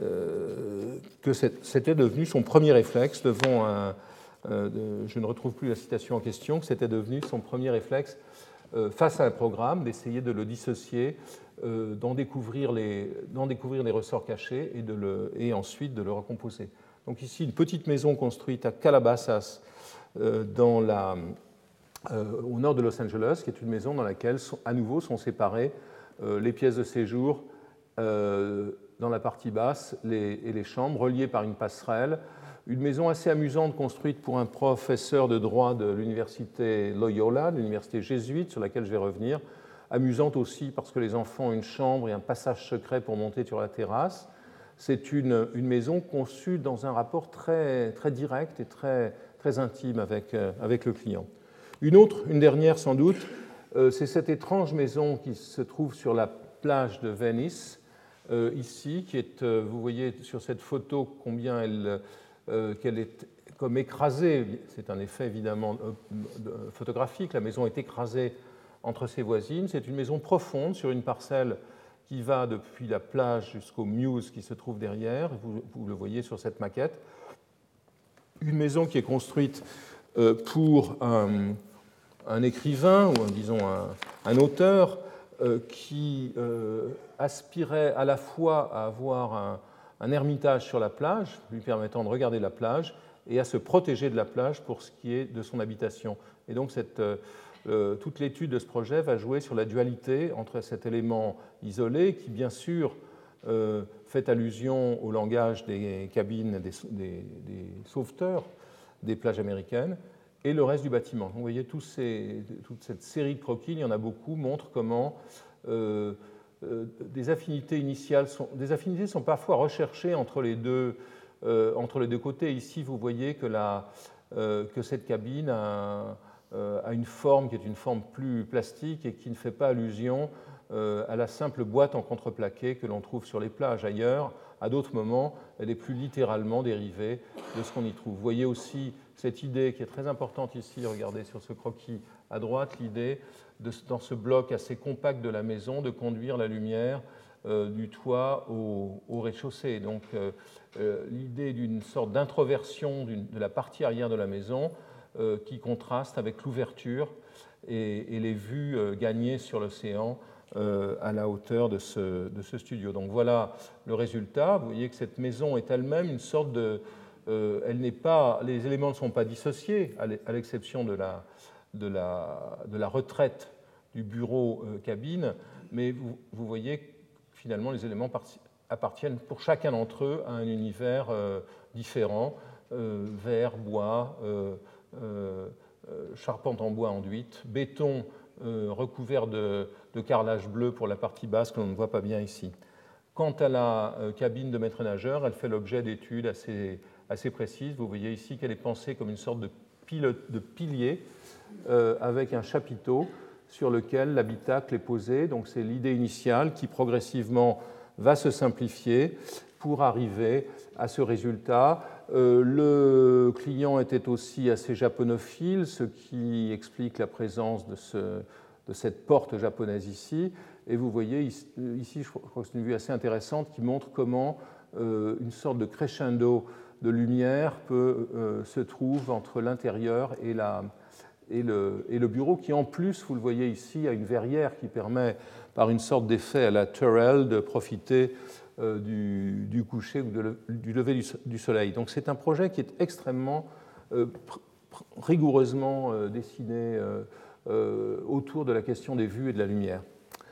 euh, que c'était devenu son premier réflexe devant un, euh, de, je ne retrouve plus la citation en question, que c'était devenu son premier réflexe euh, face à un programme d'essayer de le dissocier, euh, d'en découvrir les, d'en découvrir les ressorts cachés et, de le, et ensuite de le recomposer. Donc ici une petite maison construite à Calabasas euh, dans la Euh, au nord de Los Angeles, qui est une maison dans laquelle, sont, à nouveau, sont séparées euh, les pièces de séjour euh, dans la partie basse les, et les chambres, reliées par une passerelle. Une maison assez amusante construite pour un professeur de droit de l'université Loyola, de l'université jésuite, sur laquelle je vais revenir. Amusante aussi parce que les enfants ont une chambre et un passage secret pour monter sur la terrasse. C'est une, une maison conçue dans un rapport très, très direct et très, très intime avec, euh, avec le client. Une autre, une dernière sans doute, euh, c'est cette étrange maison qui se trouve sur la plage de Venice, euh, ici, qui est, euh, vous voyez sur cette photo combien elle, euh, qu'elle est comme écrasée. C'est un effet évidemment euh, photographique. La maison est écrasée entre ses voisines. C'est une maison profonde sur une parcelle qui va depuis la plage jusqu'au Mews qui se trouve derrière. Vous, vous le voyez sur cette maquette. Une maison qui est construite euh, pour un un écrivain ou disons un, un auteur euh, qui euh, aspirait à la fois à avoir un, un ermitage sur la plage, lui permettant de regarder la plage, et à se protéger de la plage pour ce qui est de son habitation. Et donc cette, euh, toute l'étude de ce projet va jouer sur la dualité entre cet élément isolé qui bien sûr euh, fait allusion au langage des cabines des, des, des sauveteurs des plages américaines, et le reste du bâtiment. Vous voyez, tous ces, toute cette série de croquis, il y en a beaucoup, montrent comment euh, euh, des affinités initiales sont, des affinités sont parfois recherchées entre les deux, euh, entre les deux côtés. Ici, vous voyez que, la, euh, que cette cabine a, euh, a une forme qui est une forme plus plastique et qui ne fait pas allusion euh, à la simple boîte en contreplaqué que l'on trouve sur les plages. Ailleurs, à d'autres moments, elle est plus littéralement dérivée de ce qu'on y trouve. Vous voyez aussi cette idée qui est très importante ici, regardez sur ce croquis à droite, l'idée de, dans ce bloc assez compact de la maison de conduire la lumière euh, du toit au, au rez-de-chaussée. Donc euh, euh, l'idée d'une sorte d'introversion de la partie arrière de la maison euh, qui contraste avec l'ouverture et, et les vues euh, gagnées sur l'océan euh, à la hauteur de ce, de ce studio. Donc voilà le résultat. Vous voyez que cette maison est elle-même une sorte de... Euh, elle n'est pas, les éléments ne sont pas dissociés, à l'exception de la, de, la, de la retraite du bureau euh, cabine, mais vous, vous voyez que finalement les éléments appartiennent pour chacun d'entre eux à un univers euh, différent, euh, verre, bois, euh, euh, charpente en bois enduite, béton euh, recouvert de, de carrelage bleu pour la partie basse que l'on ne voit pas bien ici. Quant à la euh, cabine de maître nageur, elle fait l'objet d'études assez, assez précises. Vous voyez ici qu'elle est pensée comme une sorte de, pile, de pilier euh, avec un chapiteau sur lequel l'habitacle est posé. Donc c'est l'idée initiale qui progressivement va se simplifier pour arriver à ce résultat. Euh, le client était aussi assez japonophile, ce qui explique la présence de, ce, de cette porte japonaise ici. Et vous voyez ici, je crois que c'est une vue assez intéressante qui montre comment euh, une sorte de crescendo de lumière peut, euh, se trouve entre l'intérieur et, la, et, le, et le bureau, qui en plus, vous le voyez ici, a une verrière qui permet, par une sorte d'effet à la Turrell, de profiter euh, du, du coucher ou de, du lever du, du soleil. Donc c'est un projet qui est extrêmement euh, rigoureusement euh, dessiné euh, euh, autour de la question des vues et de la lumière.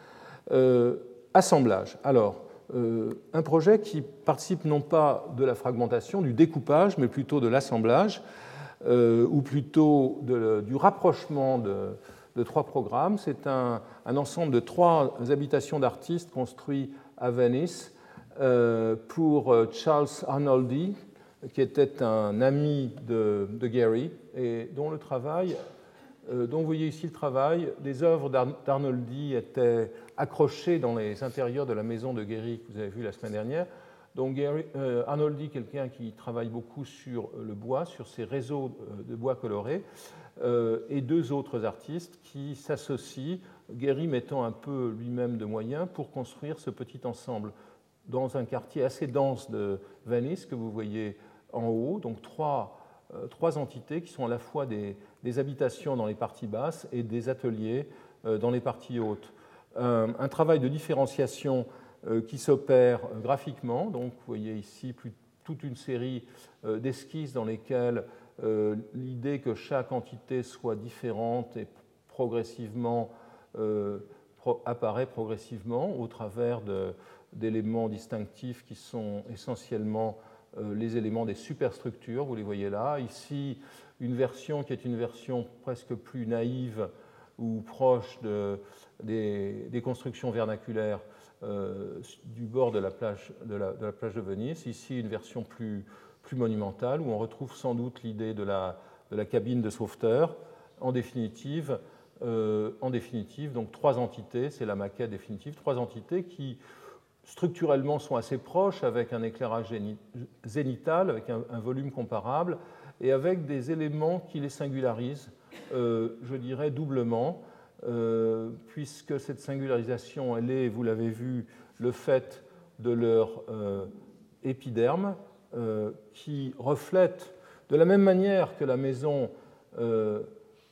Euh, assemblage. Alors, euh, un projet qui participe non pas de la fragmentation, du découpage, mais plutôt de l'assemblage, euh, ou plutôt de, du rapprochement de, de trois programmes. C'est un, un ensemble de trois habitations d'artistes construits à Venise euh, pour Charles Arnoldi, qui était un ami de, de Gehry et dont le travail... Donc vous voyez ici le travail. Des œuvres d'Arnoldi étaient accrochées dans les intérieurs de la maison de Gehry que vous avez vu la semaine dernière. Donc Gehry, euh, Arnoldi, quelqu'un qui travaille beaucoup sur le bois, sur ces réseaux de bois colorés, euh, et deux autres artistes qui s'associent, Gehry mettant un peu lui-même de moyens pour construire ce petit ensemble dans un quartier assez dense de Venise que vous voyez en haut. Donc trois Euh, trois entités qui sont à la fois des, des habitations dans les parties basses et des ateliers euh, dans les parties hautes. Euh, un travail de différenciation euh, qui s'opère euh, graphiquement. Donc, vous voyez ici plus, toute une série euh, d'esquisses dans lesquelles euh, l'idée que chaque entité soit différente et progressivement euh, pro, apparaît progressivement au travers de, d'éléments distinctifs qui sont essentiellement les éléments des superstructures, vous les voyez là. Ici, une version qui est une version presque plus naïve ou proche de, des, des constructions vernaculaires euh, du bord de la, plage, de, la, de la plage de Venise. Ici, une version plus, plus monumentale où on retrouve sans doute l'idée de la, de la cabine de sauveteur. En définitive, euh, en définitive, donc trois entités, c'est la maquette définitive, trois entités qui structurellement sont assez proches, avec un éclairage zénital, avec un, un volume comparable, et avec des éléments qui les singularisent, euh, je dirais doublement, euh, puisque cette singularisation, elle est, vous l'avez vu, le fait de leur euh, épiderme, euh, qui reflète, de la même manière que la maison euh,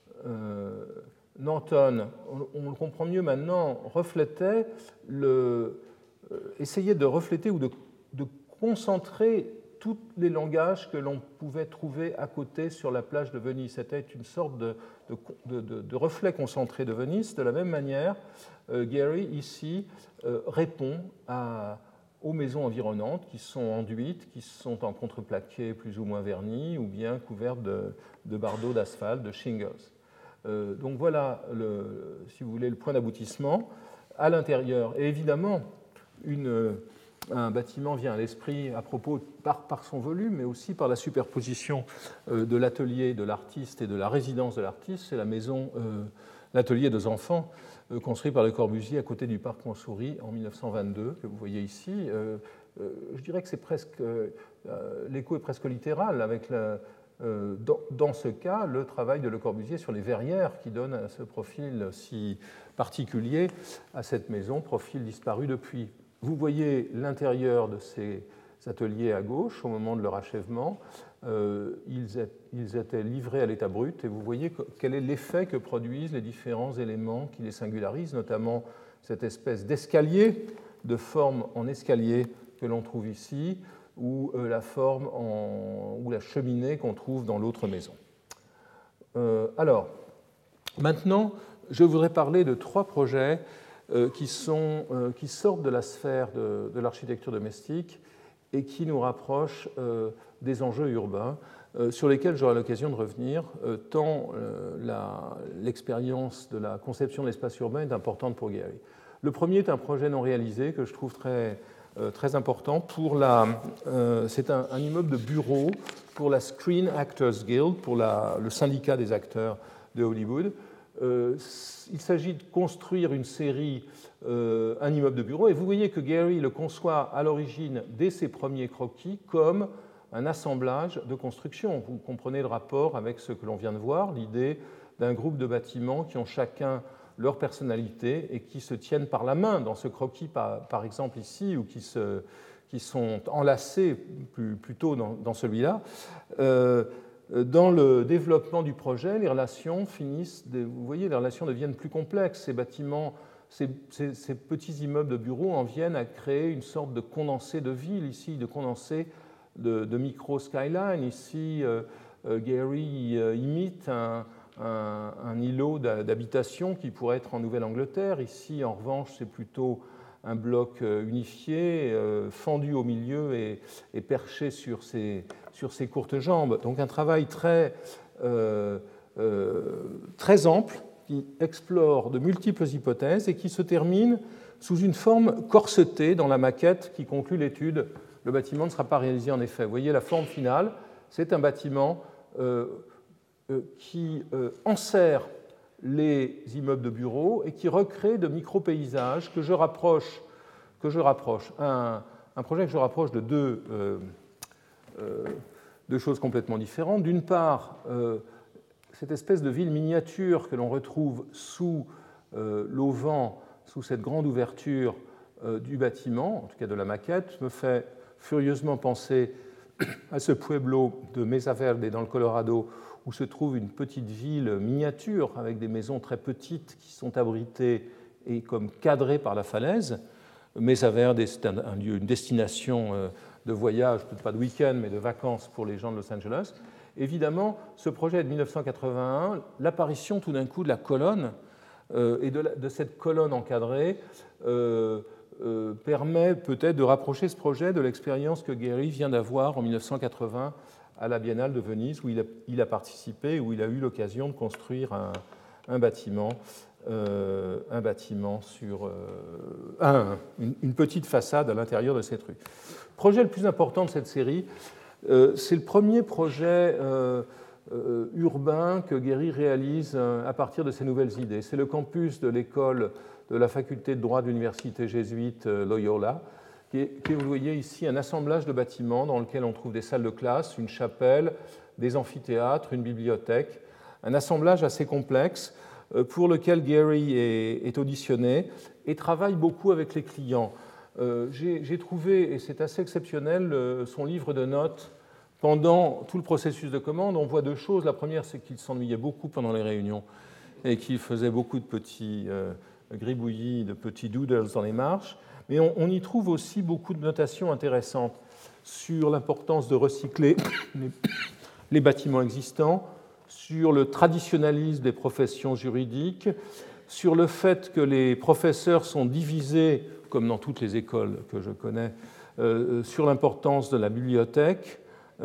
euh, Nanton, on, on le comprend mieux maintenant, reflétait le... essayer de refléter ou de, de concentrer tous les langages que l'on pouvait trouver à côté sur la plage de Venise. C'était une sorte de, de, de, de reflet concentré de Venise. De la même manière, euh, Gehry, ici, euh, répond à, aux maisons environnantes qui sont enduites, qui sont en contreplaqué plus ou moins verni, ou bien couvertes de, de bardeaux d'asphalte, de shingles. Euh, donc voilà, le, si vous voulez, le point d'aboutissement. À l'intérieur, et évidemment, Une, un bâtiment vient à l'esprit à propos par, par son volume, mais aussi par la superposition euh, de l'atelier de l'artiste et de la résidence de l'artiste. C'est la maison, euh, l'atelier des enfants, euh, construit par Le Corbusier à côté du parc Montsouris en mille neuf cent vingt-deux, que vous voyez ici. Euh, euh, je dirais que c'est presque, euh, l'écho est presque littéral, avec la, euh, dans, dans ce cas, le travail de Le Corbusier sur les verrières qui donne ce profil si particulier à cette maison, profil disparu depuis. Vous voyez l'intérieur de ces ateliers à gauche au moment de leur achèvement. Euh, ils, est, ils étaient livrés à l'état brut et vous voyez que, quel est l'effet que produisent les différents éléments qui les singularisent, notamment cette espèce d'escalier, de forme en escalier que l'on trouve ici, ou euh, la forme en, ou la cheminée qu'on trouve dans l'autre maison. Euh, alors, maintenant, je voudrais parler de trois projets euh, qui, sont, euh, qui sortent de la sphère de, de l'architecture domestique et qui nous rapprochent euh, des enjeux urbains, euh, sur lesquels j'aurai l'occasion de revenir, euh, tant euh, la, l'expérience de la conception de l'espace urbain est importante pour Gehry. Le premier est un projet non réalisé que je trouve très, euh, très important. Pour la, euh, c'est un, un immeuble de bureau pour la Screen Actors Guild, pour la, le syndicat des acteurs de Hollywood. Euh, il s'agit de construire une série, euh, un immeuble de bureau, et vous voyez que Gehry le conçoit à l'origine, dès ses premiers croquis, comme un assemblage de construction. Vous comprenez le rapport avec ce que l'on vient de voir, l'idée d'un groupe de bâtiments qui ont chacun leur personnalité et qui se tiennent par la main dans ce croquis, par, par exemple ici, ou qui, se, qui sont enlacés plus, plutôt dans, dans celui-là. Euh, Dans le développement du projet, les relations finissent, vous voyez, les relations deviennent plus complexes. Ces bâtiments, ces, ces, ces petits immeubles de bureaux en viennent à créer une sorte de condensé de ville, ici, de condensé de, de micro-skyline. Ici, euh, euh, Gehry euh, imite un, un, un îlot d'habitation qui pourrait être en Nouvelle-Angleterre. Ici, en revanche, c'est plutôt un bloc unifié, euh, fendu au milieu et, et perché sur ses, sur ses courtes jambes. Donc un travail très, euh, euh, très ample qui explore de multiples hypothèses et qui se termine sous une forme corsetée dans la maquette qui conclut l'étude. Le bâtiment ne sera pas réalisé en effet. Vous voyez la forme finale, c'est un bâtiment euh, euh, qui euh, enserre les immeubles de bureaux et qui recrée de micro-paysages que je rapproche, que je rapproche un, un projet que je rapproche de deux, euh, euh, deux choses complètement différentes. D'une part, euh, cette espèce de ville miniature que l'on retrouve sous euh, l'auvent, sous cette grande ouverture euh, du bâtiment, en tout cas de la maquette, me fait furieusement penser à ce pueblo de Mesa Verde dans le Colorado, où se trouve une petite ville miniature avec des maisons très petites qui sont abritées et comme cadrées par la falaise. Mesa Verde, c'est un, un lieu, une destination de voyage, peut-être pas de week-end, mais de vacances pour les gens de Los Angeles. Évidemment, ce projet de mille neuf cent quatre-vingt-un, l'apparition tout d'un coup de la colonne euh, et de, la, de cette colonne encadrée euh, euh, permet peut-être de rapprocher ce projet de l'expérience que Gehry vient d'avoir en mille neuf cent quatre-vingts à la Biennale de Venise, où il a, il a participé, où il a eu l'occasion de construire un, un bâtiment, euh, un bâtiment sur euh, un, une, une petite façade à l'intérieur de cette rue. Le projet le plus important de cette série, euh, c'est le premier projet euh, euh, urbain que Gehry réalise à partir de ses nouvelles idées. C'est le campus de l'école de la faculté de droit de l'université jésuite Loyola, qui est, qui est, vous voyez ici, un assemblage de bâtiments dans lequel on trouve des salles de classe, une chapelle, des amphithéâtres, une bibliothèque, un assemblage assez complexe pour lequel Gehry est, est auditionné et travaille beaucoup avec les clients. Euh, j'ai, j'ai trouvé, et c'est assez exceptionnel, son livre de notes pendant tout le processus de commande. On voit deux choses. La première, c'est qu'il s'ennuyait beaucoup pendant les réunions et qu'il faisait beaucoup de petits euh, gribouillis, de petits doodles dans les marches. Mais on, on y trouve aussi beaucoup de notations intéressantes sur l'importance de recycler les, les bâtiments existants, sur le traditionnalisme des professions juridiques, sur le fait que les professeurs sont divisés, comme dans toutes les écoles que je connais, euh, sur l'importance de la bibliothèque.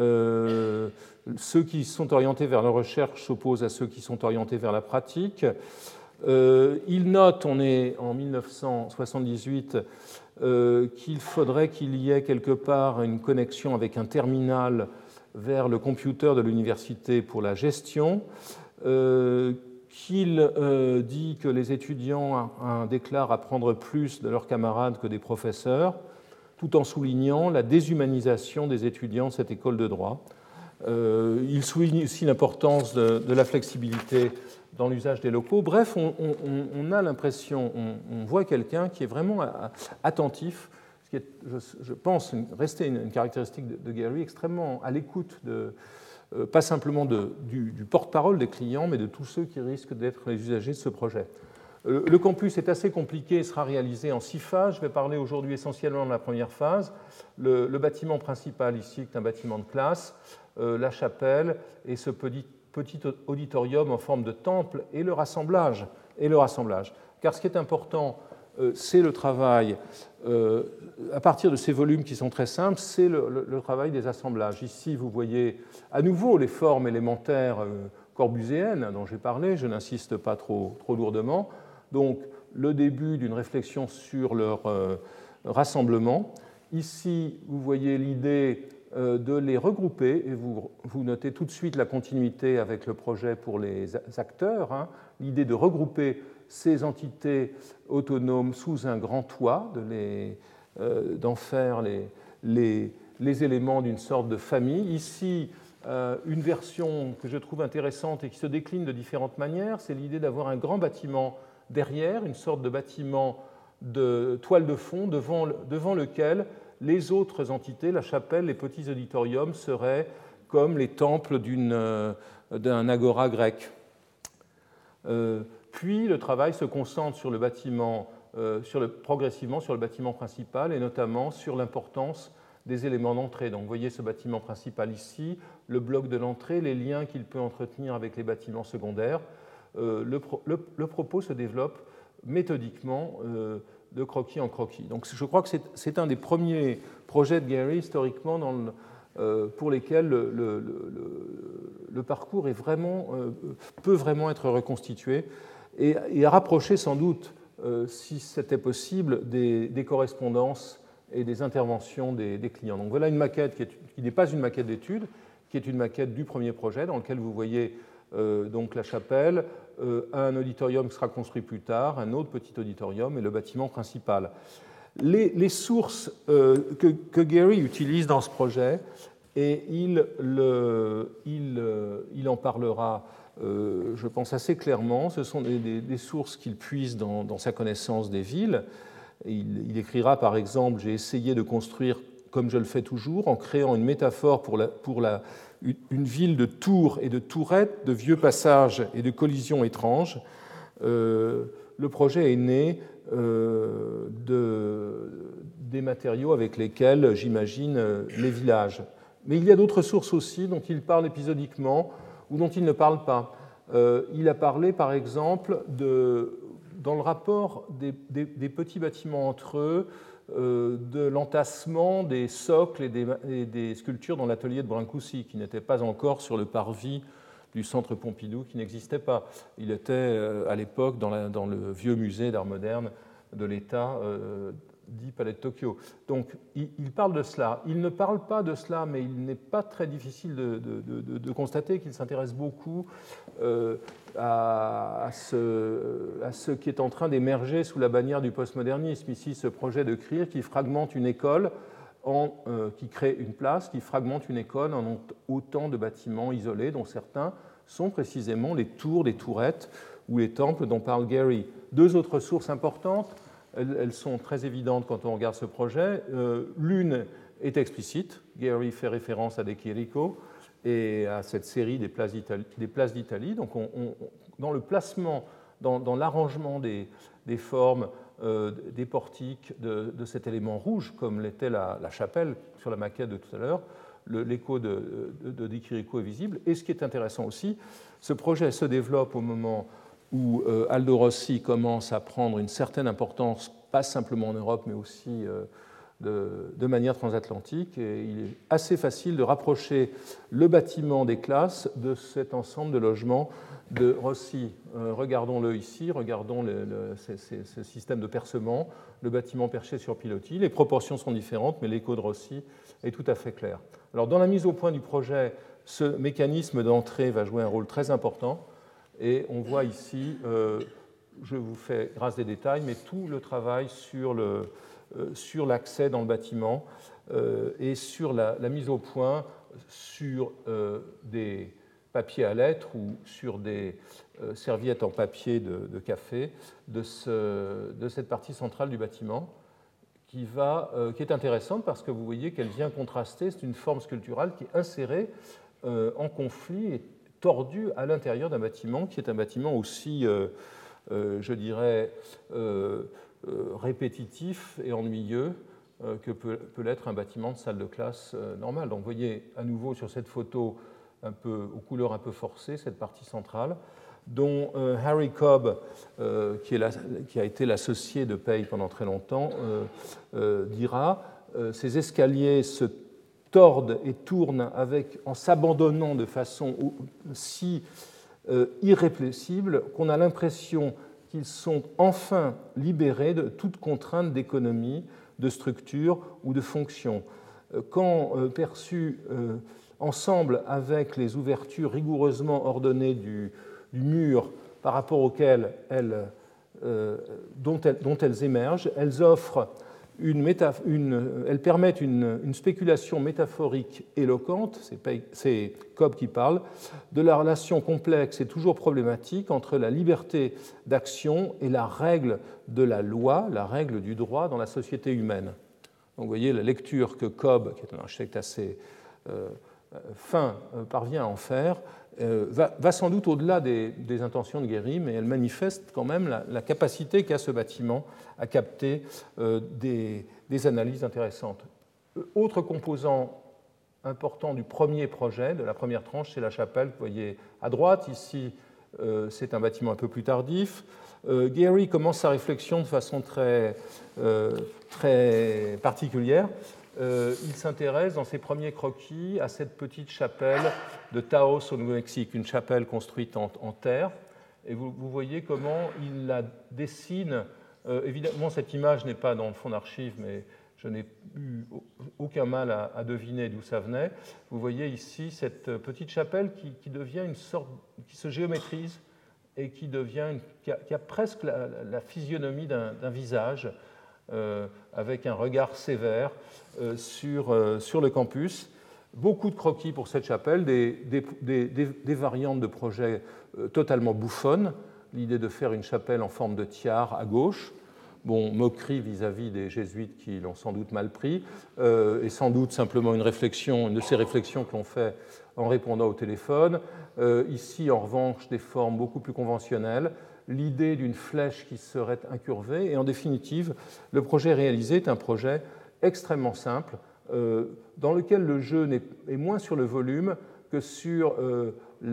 Euh, ceux qui sont orientés vers la recherche s'opposent à ceux qui sont orientés vers la pratique. Euh, il note, on est en mille neuf cent soixante-dix-huit, euh, qu'il faudrait qu'il y ait quelque part une connexion avec un terminal vers le computer de l'université pour la gestion, euh, qu'il euh, dit que les étudiants hein, déclarent apprendre plus de leurs camarades que des professeurs, tout en soulignant la déshumanisation des étudiants de cette école de droit. Euh, il souligne aussi l'importance de, de la flexibilité dans l'usage des locaux. Bref, on, on, on a l'impression, on, on voit quelqu'un qui est vraiment attentif, ce qui est, je, je pense, rester une, une caractéristique de, de Gehry, extrêmement à l'écoute, de, euh, pas simplement de, du, du porte-parole des clients, mais de tous ceux qui risquent d'être les usagers de ce projet. Le campus est assez compliqué et sera réalisé en six phases. Je vais parler aujourd'hui essentiellement de la première phase. Le, le bâtiment principal ici, qui est un bâtiment de classe, euh, la chapelle et ce petit, petit auditorium en forme de temple et le rassemblage. Et le rassemblage. Car ce qui est important, euh, c'est le travail, euh, à partir de ces volumes qui sont très simples, c'est le, le, le travail des assemblages. Ici, vous voyez à nouveau les formes élémentaires euh, corbuséennes dont j'ai parlé, je n'insiste pas trop, trop lourdement. Donc, le début d'une réflexion sur leur euh, rassemblement. Ici, vous voyez l'idée euh, de les regrouper, et vous, vous notez tout de suite la continuité avec le projet pour les acteurs, hein, l'idée de regrouper ces entités autonomes sous un grand toit, de les, euh, d'en faire les, les, les éléments d'une sorte de famille. Ici, euh, une version que je trouve intéressante et qui se décline de différentes manières, c'est l'idée d'avoir un grand bâtiment derrière, une sorte de bâtiment de toile de fond devant, devant lequel les autres entités, la chapelle, les petits auditoriums, seraient comme les temples d'une, d'un agora grec. Euh, puis le travail se concentre sur le bâtiment, euh, sur le, progressivement sur le bâtiment principal et notamment sur l'importance des éléments d'entrée. Donc vous voyez ce bâtiment principal ici, le bloc de l'entrée, les liens qu'il peut entretenir avec les bâtiments secondaires. Euh, le, le, le propos se développe méthodiquement euh, de croquis en croquis. Donc je crois que c'est, c'est un des premiers projets de Gehry historiquement dans le, euh, pour lesquels le, le, le, le parcours est vraiment, euh, peut vraiment être reconstitué et, et rapprocher sans doute, euh, si c'était possible, des, des correspondances et des interventions des, des clients. Donc voilà une maquette qui, est, qui n'est pas une maquette d'étude, qui est une maquette du premier projet dans lequel vous voyez euh, donc la chapelle, euh, un auditorium qui sera construit plus tard, un autre petit auditorium et le bâtiment principal. Les, les sources euh, que, que Gehry utilise dans ce projet, et il, le, il, il en parlera, euh, je pense, assez clairement, ce sont des, des, des sources qu'il puise dans, dans sa connaissance des villes. Il, il écrira par exemple « J'ai essayé de construire comme je le fais toujours, en créant une métaphore pour, la, pour la, une ville de tours et de tourettes, de vieux passages et de collisions étranges. Euh, le projet est né euh, de, des matériaux avec lesquels j'imagine les villages. Mais il y a d'autres sources aussi dont il parle épisodiquement ou dont il ne parle pas. Euh, il a parlé par exemple de, dans le rapport des, des, des petits bâtiments entre eux, de l'entassement des socles et des, et des sculptures dans l'atelier de Brancusi, qui n'était pas encore sur le parvis du centre Pompidou, qui n'existait pas. Il était à l'époque dans, la, dans le vieux musée d'art moderne de l'État, euh, dit Palais de Tokyo. Donc il, il parle de cela. Il ne parle pas de cela, mais il n'est pas très difficile de, de, de, de constater qu'il s'intéresse beaucoup euh, à, à, ce, à ce qui est en train d'émerger sous la bannière du postmodernisme. Ici, ce projet de Krier qui fragmente une école, en, euh, qui crée une place, qui fragmente une école en autant de bâtiments isolés, dont certains sont précisément les tours, les tourettes ou les temples dont parle Gehry. Deux autres sources importantes, elles, elles sont très évidentes quand on regarde ce projet. Euh, l'une est explicite, Gehry fait référence à De Chirico et à cette série des places d'Italie. Des places d'Italie. Donc on, on, dans le placement, dans, dans l'arrangement des, des formes, euh, des portiques, de, de cet élément rouge, comme l'était la, la chapelle sur la maquette de tout à l'heure, le, l'écho de, de, de De Chirico est visible. Et ce qui est intéressant aussi, ce projet se développe au moment où euh, Aldo Rossi commence à prendre une certaine importance, pas simplement en Europe, mais aussi euh, de, de manière transatlantique. Et il est assez facile de rapprocher le bâtiment des classes de cet ensemble de logements de Rossi. Euh, regardons-le ici, regardons le, le, ce, ce, ce système de percement, le bâtiment perché sur pilotis. Les proportions sont différentes, mais l'écho de Rossi est tout à fait clair. Alors, dans la mise au point du projet, ce mécanisme d'entrée va jouer un rôle très important. Et on voit ici, euh, je vous fais grâce des détails, mais tout le travail sur, le, euh, sur l'accès dans le bâtiment euh, et sur la, la mise au point sur euh, des papiers à lettres ou sur des euh, serviettes en papier de, de café de, ce, de cette partie centrale du bâtiment qui, va, euh, qui est intéressante parce que vous voyez qu'elle vient contraster, c'est une forme sculpturale qui est insérée euh, en conflit et tordu à l'intérieur d'un bâtiment qui est un bâtiment aussi, euh, euh, je dirais, euh, euh, répétitif et ennuyeux euh, que peut, peut l'être un bâtiment de salle de classe euh, normal. Donc vous voyez à nouveau sur cette photo un peu, aux couleurs un peu forcées, cette partie centrale, dont euh, Harry Cobb, euh, qui, est la, qui a été l'associé de Pei pendant très longtemps, euh, euh, dira euh, ces escaliers se tordent et tournent avec, en s'abandonnant de façon si euh, irrépressible qu'on a l'impression qu'ils sont enfin libérés de toute contrainte d'économie, de structure ou de fonction. Quand euh, perçus euh, ensemble avec les ouvertures rigoureusement ordonnées du, du mur par rapport auxquelles elles, euh, dont, elles, dont elles émergent, elles offrent une, métaph- une elles permettent une, une spéculation métaphorique éloquente, c'est Cobb qui parle, de la relation complexe et toujours problématique entre la liberté d'action et la règle de la loi, la règle du droit dans la société humaine. Donc vous voyez la lecture que Cobb, qui est un architecte assez euh, fin, euh, parvient à en faire, euh, va, va sans doute au-delà des, des intentions de Gehry, mais elle manifeste quand même la, la capacité qu'a ce bâtiment à capter euh, des, des analyses intéressantes. Autre composant important du premier projet, de la première tranche, c'est la chapelle que vous voyez à droite. Ici, euh, c'est un bâtiment un peu plus tardif. Euh, Gehry commence sa réflexion de façon très, euh, très particulière. Euh, il s'intéresse dans ses premiers croquis à cette petite chapelle de Taos au Nouveau-Mexique, une chapelle construite en, en terre. Et vous, vous voyez comment il la dessine. Euh, évidemment, cette image n'est pas dans le fond d'archives, mais je n'ai eu aucun mal à, à deviner d'où ça venait. Vous voyez ici cette petite chapelle qui, qui devient une sorte, qui se géométrise et qui devient, une, qui, a, qui a presque la, la physionomie d'un visage, euh, avec un regard sévère euh, sur, euh, sur le campus. Beaucoup de croquis pour cette chapelle, des, des, des, des variantes de projets euh, totalement bouffonnes. L'idée de faire une chapelle en forme de tiare à gauche, bon, moquerie vis-à-vis des jésuites qui l'ont sans doute mal pris, euh, et sans doute simplement une réflexion, une de ces réflexions que l'on fait en répondant au téléphone. Euh, ici, en revanche, des formes beaucoup plus conventionnelles, l'idée d'une flèche qui serait incurvée, et en définitive, le projet réalisé est un projet extrêmement simple, euh, dans lequel le jeu est moins sur le volume que sur euh,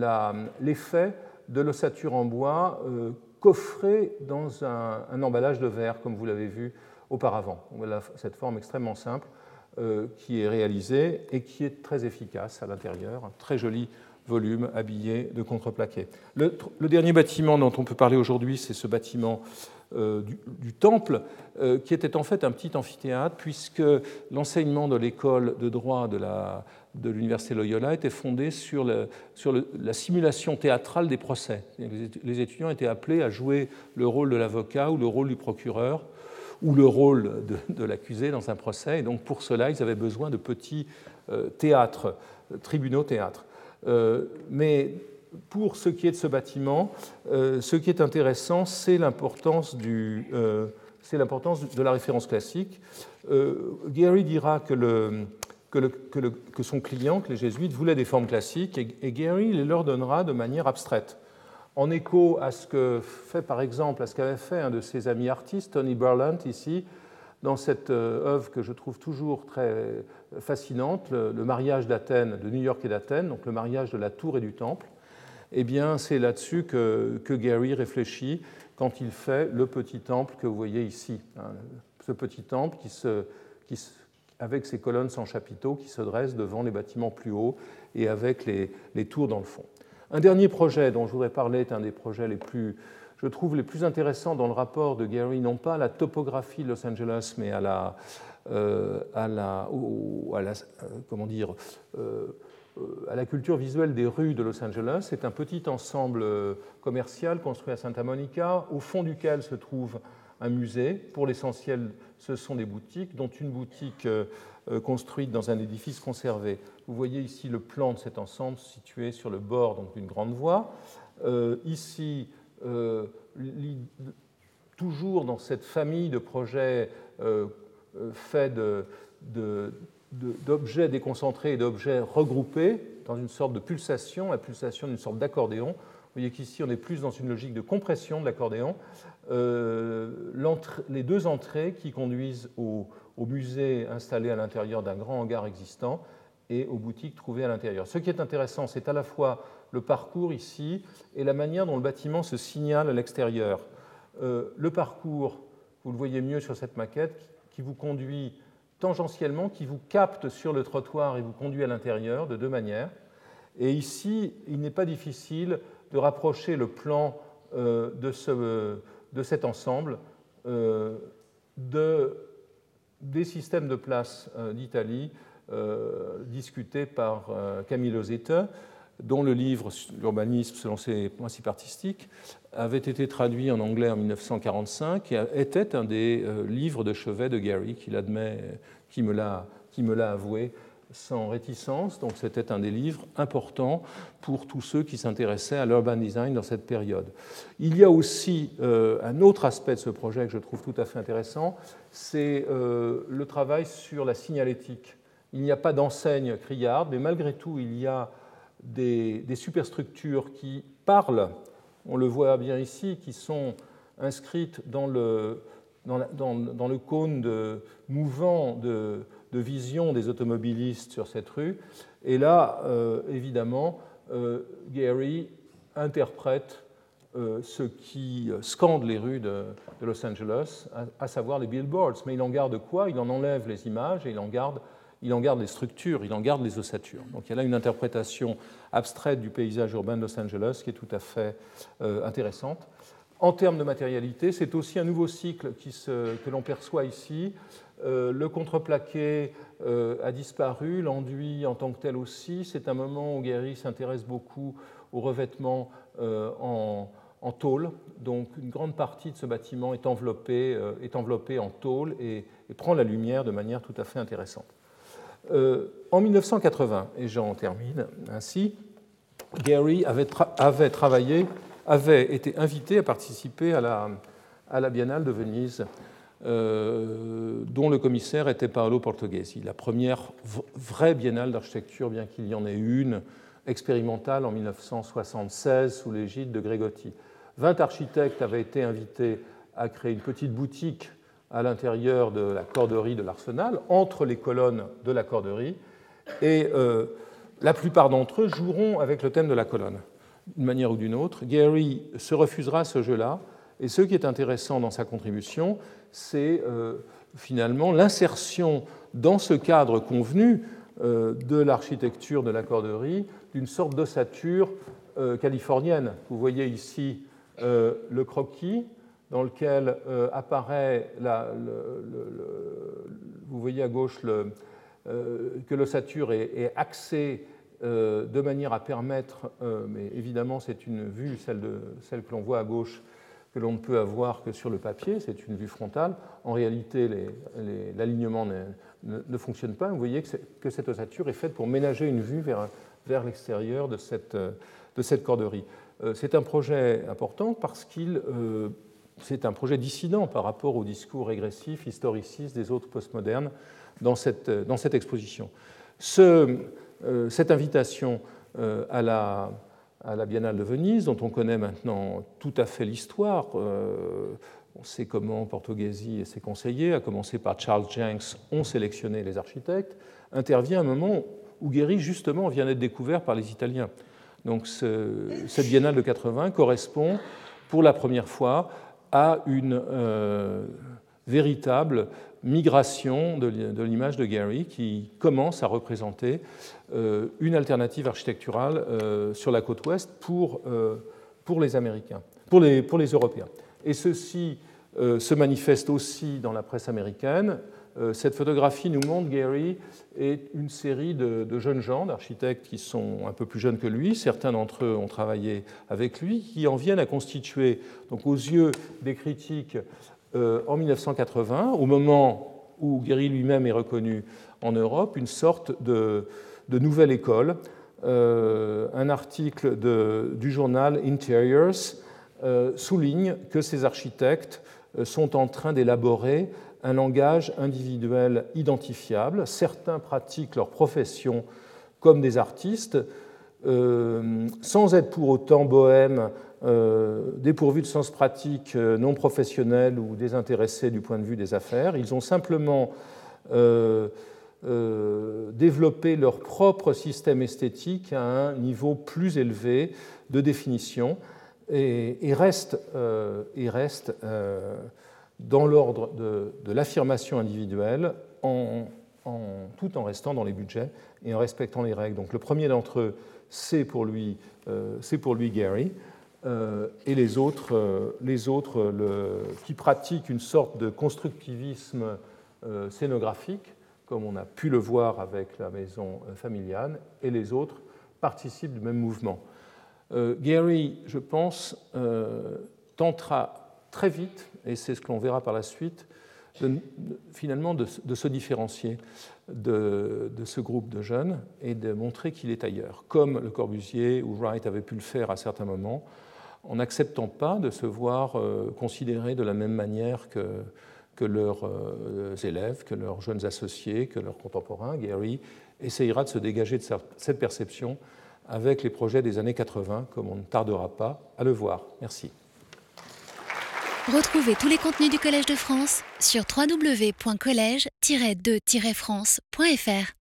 l'effet de l'ossature en bois euh, coffré dans un, un emballage de verre, comme vous l'avez vu auparavant. Voilà cette forme extrêmement simple euh, qui est réalisée et qui est très efficace à l'intérieur, un très joli volume habillé de contreplaqué. Le, le dernier bâtiment dont on peut parler aujourd'hui, c'est ce bâtiment euh, du, du temple, euh, qui était en fait un petit amphithéâtre, puisque l'enseignement de l'école de droit de la de l'Université Loyola était fondé sur, le, sur le, la simulation théâtrale des procès. Les étudiants étaient appelés à jouer le rôle de l'avocat ou le rôle du procureur ou le rôle de, de l'accusé dans un procès. Et donc pour cela, ils avaient besoin de petits euh, théâtres, tribunaux théâtres. Euh, mais pour ce qui est de ce bâtiment, euh, ce qui est intéressant, c'est l'importance du... Euh, c'est l'importance de la référence classique. Euh, Gehry dira que le... Que, le, que, le, que son client, que les jésuites, voulaient des formes classiques, et, et Gehry les leur donnera de manière abstraite. En écho à ce que fait, par exemple, à ce qu'avait fait un de ses amis artistes, Tony Burlant, ici, dans cette œuvre que je trouve toujours très fascinante, le, le mariage d'Athènes, de New York et d'Athènes, donc le mariage de la tour et du temple, eh bien, c'est là-dessus que, que Gehry réfléchit quand il fait le petit temple que vous voyez ici. Hein, ce petit temple qui se... Qui se avec ces colonnes sans chapiteaux qui se dressent devant les bâtiments plus hauts et avec les, les tours dans le fond. Un dernier projet dont je voudrais parler est un des projets les plus, je trouve, les plus intéressants dans le rapport de Gehry, non pas à la topographie de Los Angeles, mais à la, euh, à la, au, à la euh, comment dire, euh, à la culture visuelle des rues de Los Angeles. C'est un petit ensemble commercial construit à Santa Monica, au fond duquel se trouve un musée. Pour l'essentiel, ce sont des boutiques, dont une boutique euh, construite dans un édifice conservé. Vous voyez ici le plan de cet ensemble situé sur le bord d'une grande voie. Euh, ici, euh, toujours dans cette famille de projets euh, faits de, de, de, d'objets déconcentrés et d'objets regroupés dans une sorte de pulsation, la pulsation d'une sorte d'accordéon. Vous voyez qu'ici, on est plus dans une logique de compression de l'accordéon. Euh, les deux entrées qui conduisent au, au musée installé à l'intérieur d'un grand hangar existant et aux boutiques trouvées à l'intérieur. Ce qui est intéressant, c'est à la fois le parcours ici et la manière dont le bâtiment se signale à l'extérieur. Euh, le parcours, vous le voyez mieux sur cette maquette, qui vous conduit tangentiellement, qui vous capte sur le trottoir et vous conduit à l'intérieur de deux manières. Et ici, il n'est pas difficile de rapprocher le plan euh, de, ce, de cet ensemble euh, de, des systèmes de place euh, d'Italie euh, discutés par euh, Camillo Zeta, dont le livre L'urbanisme selon ses principes artistiques avait été traduit en anglais en mille neuf cent quarante-cinq et était un des euh, livres de chevet de Gehry, qu'il admet, qui me l'a, qui me l'a avoué sans réticence. Donc c'était un des livres importants pour tous ceux qui s'intéressaient à l'urban design dans cette période. Il y a aussi euh, un autre aspect de ce projet que je trouve tout à fait intéressant, c'est euh, le travail sur la signalétique. Il n'y a pas d'enseigne criarde, mais malgré tout, il y a des, des superstructures qui parlent, on le voit bien ici, qui sont inscrites dans le, dans la, dans, dans le cône de, mouvant de de vision des automobilistes sur cette rue. Et là, euh, évidemment, euh, Gehry interprète euh, ce qui scande les rues de, de Los Angeles, à, à savoir les billboards. Mais il en garde quoi? Il en enlève les images et il en garde, il en garde les structures, il en garde les ossatures. Donc il y a là une interprétation abstraite du paysage urbain de Los Angeles qui est tout à fait euh, intéressante. En termes de matérialité, c'est aussi un nouveau cycle qui se, que l'on perçoit ici. Euh, le contreplaqué euh, a disparu, l'enduit en tant que tel aussi. C'est un moment où Gehry s'intéresse beaucoup au revêtement euh, en, en tôle. Donc une grande partie de ce bâtiment est enveloppée, euh, est enveloppée en tôle et, et prend la lumière de manière tout à fait intéressante. Euh, en mille neuf cent quatre-vingts, et j'en termine ainsi, Gehry avait, tra- avait travaillé, avait été invité à participer à la, à la Biennale de Venise, Euh, dont le commissaire était Paolo Portoghesi, la première vraie biennale d'architecture, bien qu'il y en ait une expérimentale en mille neuf cent soixante-seize sous l'égide de Grégotti. vingt architectes avaient été invités à créer une petite boutique à l'intérieur de la corderie de l'Arsenal, entre les colonnes de la corderie, et euh, la plupart d'entre eux joueront avec le thème de la colonne, d'une manière ou d'une autre. Gehry se refusera à ce jeu-là, et ce qui est intéressant dans sa contribution, c'est euh, finalement l'insertion dans ce cadre convenu euh, de l'architecture de la corderie d'une sorte d'ossature euh, californienne. Vous voyez ici euh, le croquis dans lequel euh, apparaît, la, le, le, le, vous voyez à gauche le, euh, que l'ossature est, est axée euh, de manière à permettre, euh, mais évidemment c'est une vue, celle, de, celle que l'on voit à gauche, que l'on ne peut avoir que sur le papier, c'est une vue frontale. En réalité, les, les, l'alignement ne, ne, ne fonctionne pas. Vous voyez que, que cette ossature est faite pour ménager une vue vers, vers l'extérieur de cette, de cette corderie. Euh, c'est un projet important parce qu'il, euh, c'est un projet dissident par rapport au discours régressif, historiciste des autres postmodernes dans cette, dans cette exposition. Ce, euh, cette invitation euh, à la à la Biennale de Venise, dont on connaît maintenant tout à fait l'histoire. Euh, on sait comment Portoghesi et ses conseillers, à commencer par Charles Jenks, ont sélectionné les architectes, intervient à un moment où Gehry, justement, vient d'être découvert par les Italiens. Donc ce, cette Biennale de quatre-vingts correspond pour la première fois à une euh, véritable migration de, de l'image de Gehry qui commence à représenter euh, une alternative architecturale euh, sur la côte ouest pour, euh, pour les Américains, pour les, pour les Européens. Et ceci euh, se manifeste aussi dans la presse américaine. Euh, cette photographie nous montre Gehry et une série de, de jeunes gens, d'architectes qui sont un peu plus jeunes que lui. Certains d'entre eux ont travaillé avec lui, qui en viennent à constituer, donc aux yeux des critiques, Euh, en mille neuf cent quatre-vingts, au moment où Gehry lui-même est reconnu en Europe, une sorte de, de nouvelle école. Euh, un article de, du journal Interiors euh, souligne que ces architectes euh, sont en train d'élaborer un langage individuel identifiable. Certains pratiquent leur profession comme des artistes, euh, sans être pour autant bohème, euh, dépourvus de sens pratique, euh, non professionnels ou désintéressés du point de vue des affaires. Ils ont simplement euh, euh, développé leur propre système esthétique à un niveau plus élevé de définition et, et restent, euh, et restent euh, dans l'ordre de, de l'affirmation individuelle en, en, tout en restant dans les budgets et en respectant les règles. Donc le premier d'entre eux, c'est pour lui, euh, c'est pour lui Gehry, euh, et les autres, euh, les autres le, qui pratiquent une sorte de constructivisme euh, scénographique, comme on a pu le voir avec la maison familiale, et les autres participent du même mouvement. Euh, Gehry, je pense, euh, tentera très vite, et c'est ce que l'on verra par la suite, de, de, finalement de, de se différencier de, de ce groupe de jeunes et de montrer qu'il est ailleurs, comme Le Corbusier ou Wright avaient pu le faire à certains moments, en n'acceptant pas de se voir euh, considérés de la même manière que, que leurs euh, élèves, que leurs jeunes associés, que leurs contemporains. Gehry essayera de se dégager de cette perception avec les projets des années quatre-vingts, comme on ne tardera pas à le voir. Merci. Retrouvez tous les contenus du Collège de France sur w w w point collège tiret de tiret france point f r.